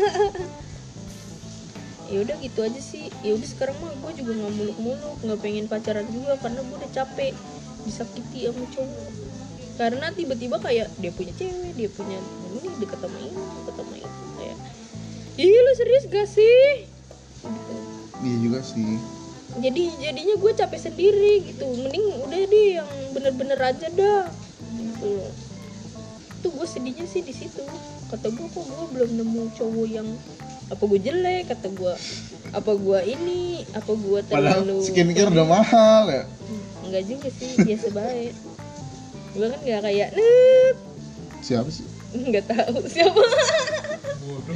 Ya udah gitu aja sih. Ya udah sekarang mah gua juga nggak muluk-muluk, nggak pengen pacaran juga karena gua udah capek disakiti sama cowok. Karena tiba-tiba kayak dia punya cewek, dia punya ini deket sama ini, deket sama itu kayak, ih lu serius gak sih? Gitu. Iya juga sih. Jadi jadinya gue capek sendiri gitu, mending udah deh yang bener-bener aja dah gitu. Tuh gue sedihnya sih di situ. Kata gue kok gue belum nemu cowok yang apa gue jelek, kata gue apa gue ini, apa gue Padahal terlalu skincare udah mahal ya. enggak juga sih, biasa baik. Gue kan nggak kayak net, Siapa sih? nggak tahu siapa. Bodoh.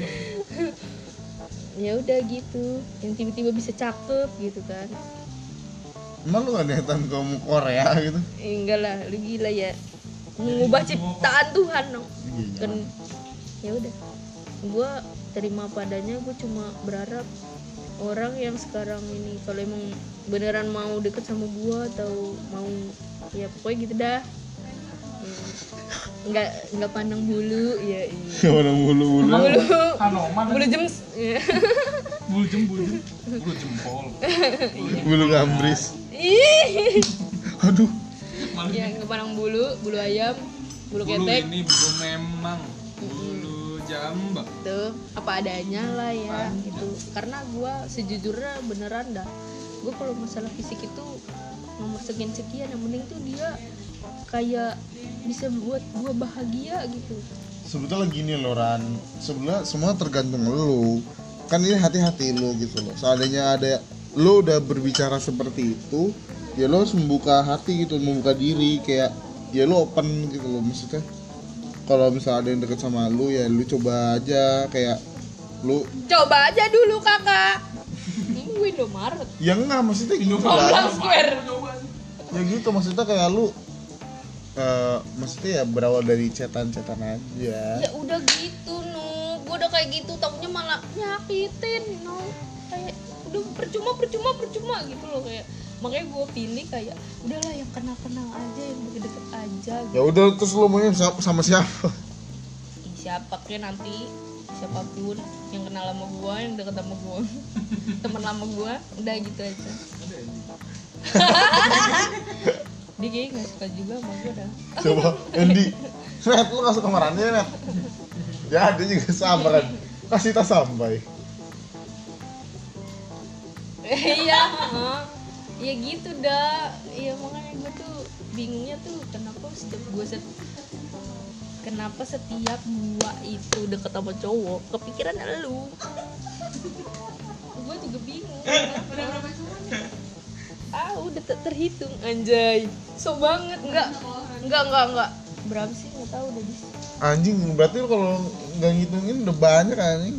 Ya udah gitu, yang tiba-tiba bisa cakep gitu kan. Emang lu gak niatan ke Korea gitu? Eh, enggak lah, lu gila ya, mengubah ciptaan Tuhan dong. Iya. Kan ya udah, gue terima padanya. Gue cuma berharap orang yang sekarang ini kalau emang beneran mau deket sama gue atau mau ya pokoknya gitu dah. Hmm, nggak nggak pandang bulu ya iya. Orang bulu-bulu. Bulu Hanoman. bulu jems. Bulu jem, bulu jem. Bulu jempol. Bulu gambris. Ih, Aduh. Malu. ya nggak pandang bulu, bulu ayam, bulu Bulu ketek. ini bulu memang. Bulu jambak. Tuh apa adanya lah ya gitu. Karena gue sejujurnya beneran dah, gue kalau masalah fisik itu nomor sekian sekian, yang penting tuh dia kayak bisa buat gue bahagia gitu. Sebetulnya gini loh Ran, sebenarnya semua tergantung lu. Kan ini hati-hati lu gitu loh. Seandainya ada lu udah berbicara seperti itu, ya lu harus membuka hati gitu, membuka diri, kayak ya lu open gitu loh maksudnya. kalau misalnya ada yang deket sama lu ya lu coba aja kayak lu Coba aja dulu kakak. Ini gue Indomaret. ya enggak maksudnya gitu Oh, lah. Bang Square. Ya gitu maksudnya kayak lu eh maksudnya ya berawal dari chatan-chatan aja. Ya udah gitu no. Gue udah kayak gitu takutnya malah nyakitin no. Kayak udah percuma percuma percuma gitu loh kayak. Makanya gue pilih kayak udahlah yang kenal-kenal aja, yang deket-deket aja gitu. Ya udah terus lu maunya sa- sama siapa? Ih, siapa kayak nanti siapapun yang kenal sama gue, yang deket sama gue, teman lama gue, udah gitu aja. Dia kayaknya nggak suka juga sama gue dah. Coba Andy. Net lu gak suka sama Rani Net. Ya dia juga sama kan. Kasih tas sampai. Iya, heeh. Ya gitu dah. Iya makanya gue tuh bingungnya tuh kenapa setiap gue set kenapa setiap gua itu deket sama cowok kepikiran elu. Gue juga bingung. Udah berapa cowok? Ah udah ter- terhitung anjay. So banget enggak enggak enggak enggak berapa sih nggak tahu udah di Anjing berarti lu kalau nggak ngitungin udah banyak anjing.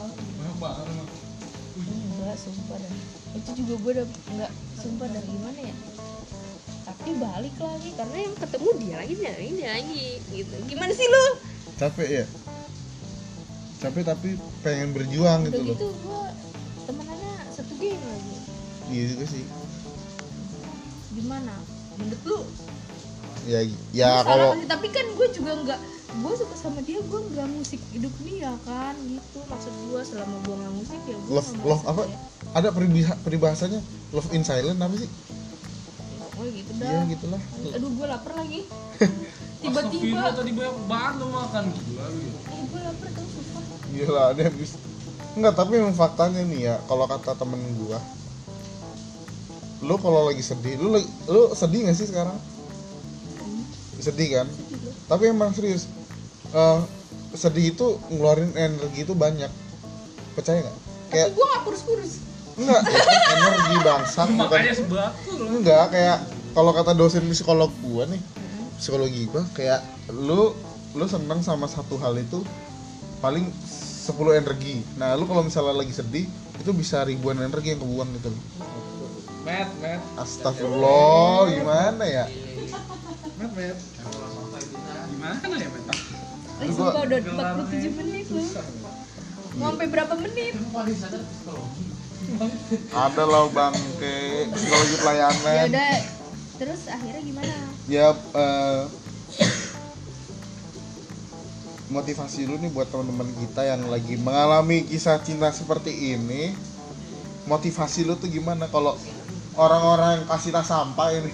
enggak sumpah dah. Itu juga gue udah enggak sumpah dah gimana ya. Tapi balik lagi karena yang ketemu dia lagi dia lagi dia lagi gitu. Gimana sih lu? Capek ya? Capek tapi pengen berjuang Udah gitu loh. gitu gue temenannya satu geng lagi. Iya juga sih. Gimana? Menurut lu? Ya Lu ya salah kalau kan sih? Tapi kan gue juga nggak, gue suka sama dia, gue nggak musik hidup dia kan gitu. Maksud gue selama gue nggak musik ya gue love love apa? Ada peribah- peribahasanya love in silent apa sih? Oh gitu Iya dah. gitulah. Aduh gue lapar lagi. Tiba-tiba Tiba-tiba. tadi banyak banget lo makan gila lu ya. Eh gue lapar tau sumpah. Gila ada habis. Enggak, tapi memang faktanya nih ya, kalau kata temen gua, lu kalau lagi sedih, lu lagi, lu sedih gak sih sekarang? Sedih kan? Tapi emang serius, eh, sedih itu ngeluarin energi itu banyak. Percaya nggak? Kayak Tapi gue nggak kurus-kurus. enggak, ya kan energi bangsat bukan. Makanya sebatu lo. Enggak, kayak kalau kata dosen psikolog gua nih, psikologi gua kayak lu lu seneng sama satu hal itu paling sepuluh energi. Nah, lu kalau misalnya lagi sedih, itu bisa ribuan energi yang kebuang gitu loh. Met, met. Astagfirullah, gimana ya? Met, met. Gimana ya, met? Eh sumpah udah empat puluh tujuh menit loh. Mau sampai berapa menit? Ada lah bangke psikologi Ya pelayanan. udah. Terus akhirnya gimana? Ya eh, motivasi lu nih buat teman-teman kita yang lagi mengalami kisah cinta seperti ini. Motivasi lu tuh gimana kalau orang-orang yang kasih tas sampah ini?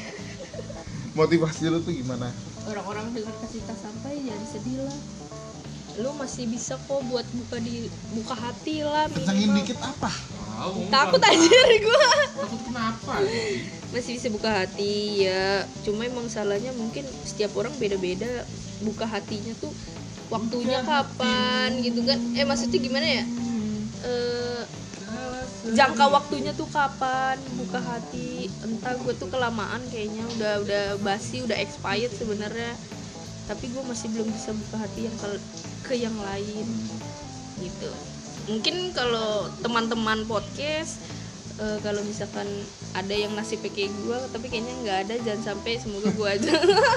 Motivasi lu tuh gimana? Orang-orang dengar kasih tas sampai jangan sedih lah. Lu masih bisa kok buat buka di buka hati lah Kencengin minimal. dikit apa? Tahu. Takut anjir gua. Takut kenapa? Masih bisa buka hati ya. Cuma emang salahnya mungkin setiap orang beda-beda buka hatinya tuh waktunya kapan gitu kan. Eh maksudnya gimana ya? Eh jangka waktunya tuh kapan buka hati. Entah gue tuh kelamaan kayaknya udah udah basi, udah expired sebenarnya. Tapi gue masih belum bisa buka hati yang ke, ke yang lain gitu. Mungkin kalau teman-teman podcast uh, kalau misalkan ada yang nasibnya kayak gue, tapi kayaknya nggak ada, jangan sampai, semoga gue aja.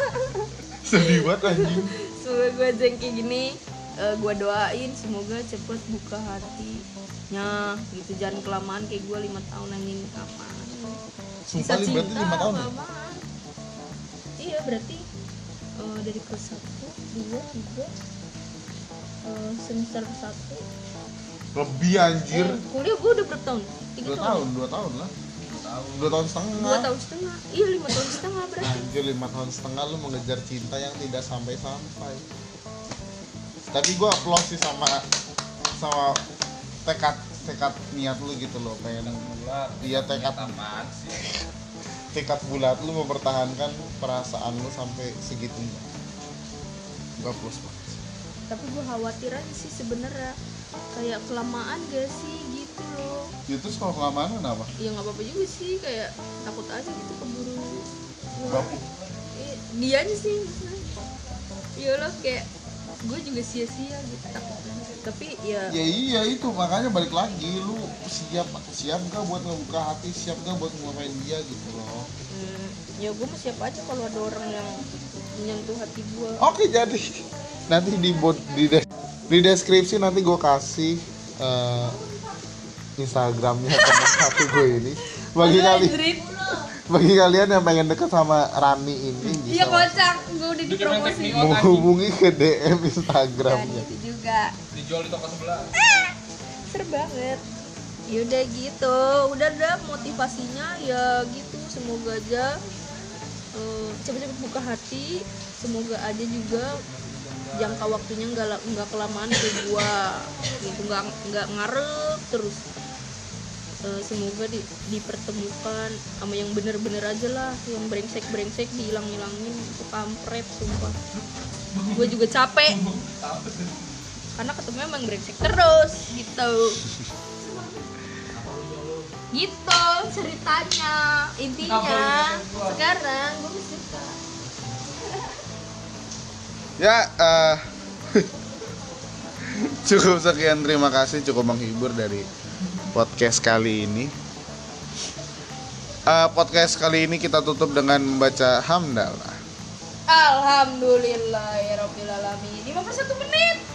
Sedih banget anjing. Semoga gue aja yang kayak gini, uh, gue doain semoga cepet buka hatinya gitu, jangan kelamaan kayak gue lima tahun anjing kapan. Sumpah li, berarti lima tahun ya? kelamaan. Iya berarti uh, dari kelas satu, dua, tiga, uh, semester satu. Lebih anjir. Eh, kuliah gue udah berapa tahun? Tiga Dua tahun. tahun, dua tahun lah. Dua tahun setengah. Dua tahun setengah. Iya lima tahun setengah berarti. Anjir lima tahun setengah lu mengejar cinta yang tidak sampai-sampai. Tapi gua applause sih sama sama tekad tekad niat lu gitu loh, pengen dia tekad Apaan sih? tekad bulat lu mempertahankan perasaan lu sampai segitunya. Gua applause banget. Tapi gue khawatir aja sih sebenarnya kayak kelamaan gak sih gitu loh. Ya terus kalau kelamaan kenapa? Ya nggak apa-apa juga sih, kayak takut aja gitu keburu. Bapu. Eh, dianya sih maksudnya. ya Allah kayak gue juga sia-sia gitu tapi ya Ya iya itu makanya balik lagi lu siap siap gak buat ngebuka hati, siap gak buat ngelupain dia gitu loh. hmm, ya gue mah siap aja kalau ada orang yang menyentuh hati gue. Oke jadi nanti di bot di, des, di deskripsi nanti gue kasih uh, Instagramnya teman satu gue ini bagi kali bagi kalian yang pengen deket sama Rani ini Iya bisa kocak, gue udah dipromosi. menghubungi ke D M Instagramnya. Dan itu juga Dijual di toko sebelah. seru banget. Yaudah gitu, udah udah motivasinya ya gitu. Semoga aja eh, cepet-cepet buka hati. Semoga aja juga jangka waktunya nggak la- nggak kelamaan ke gua, gitu nggak nggak ngarep terus. Eh, semoga di, dipertemukan sama yang bener-bener aja lah, yang brengsek-brengsek dihilang-hilangin, itu kampret sumpah. Gue juga capek karena ketemu emang brengsek terus gitu. Gitu ceritanya, intinya sekarang gue suka. Ya, eh, cukup sekian, terima kasih, cukup menghibur dari podcast kali ini. Eh, podcast kali ini kita tutup dengan membaca hamdalah. Alhamdulillahirobbilalamin. lima puluh satu menit.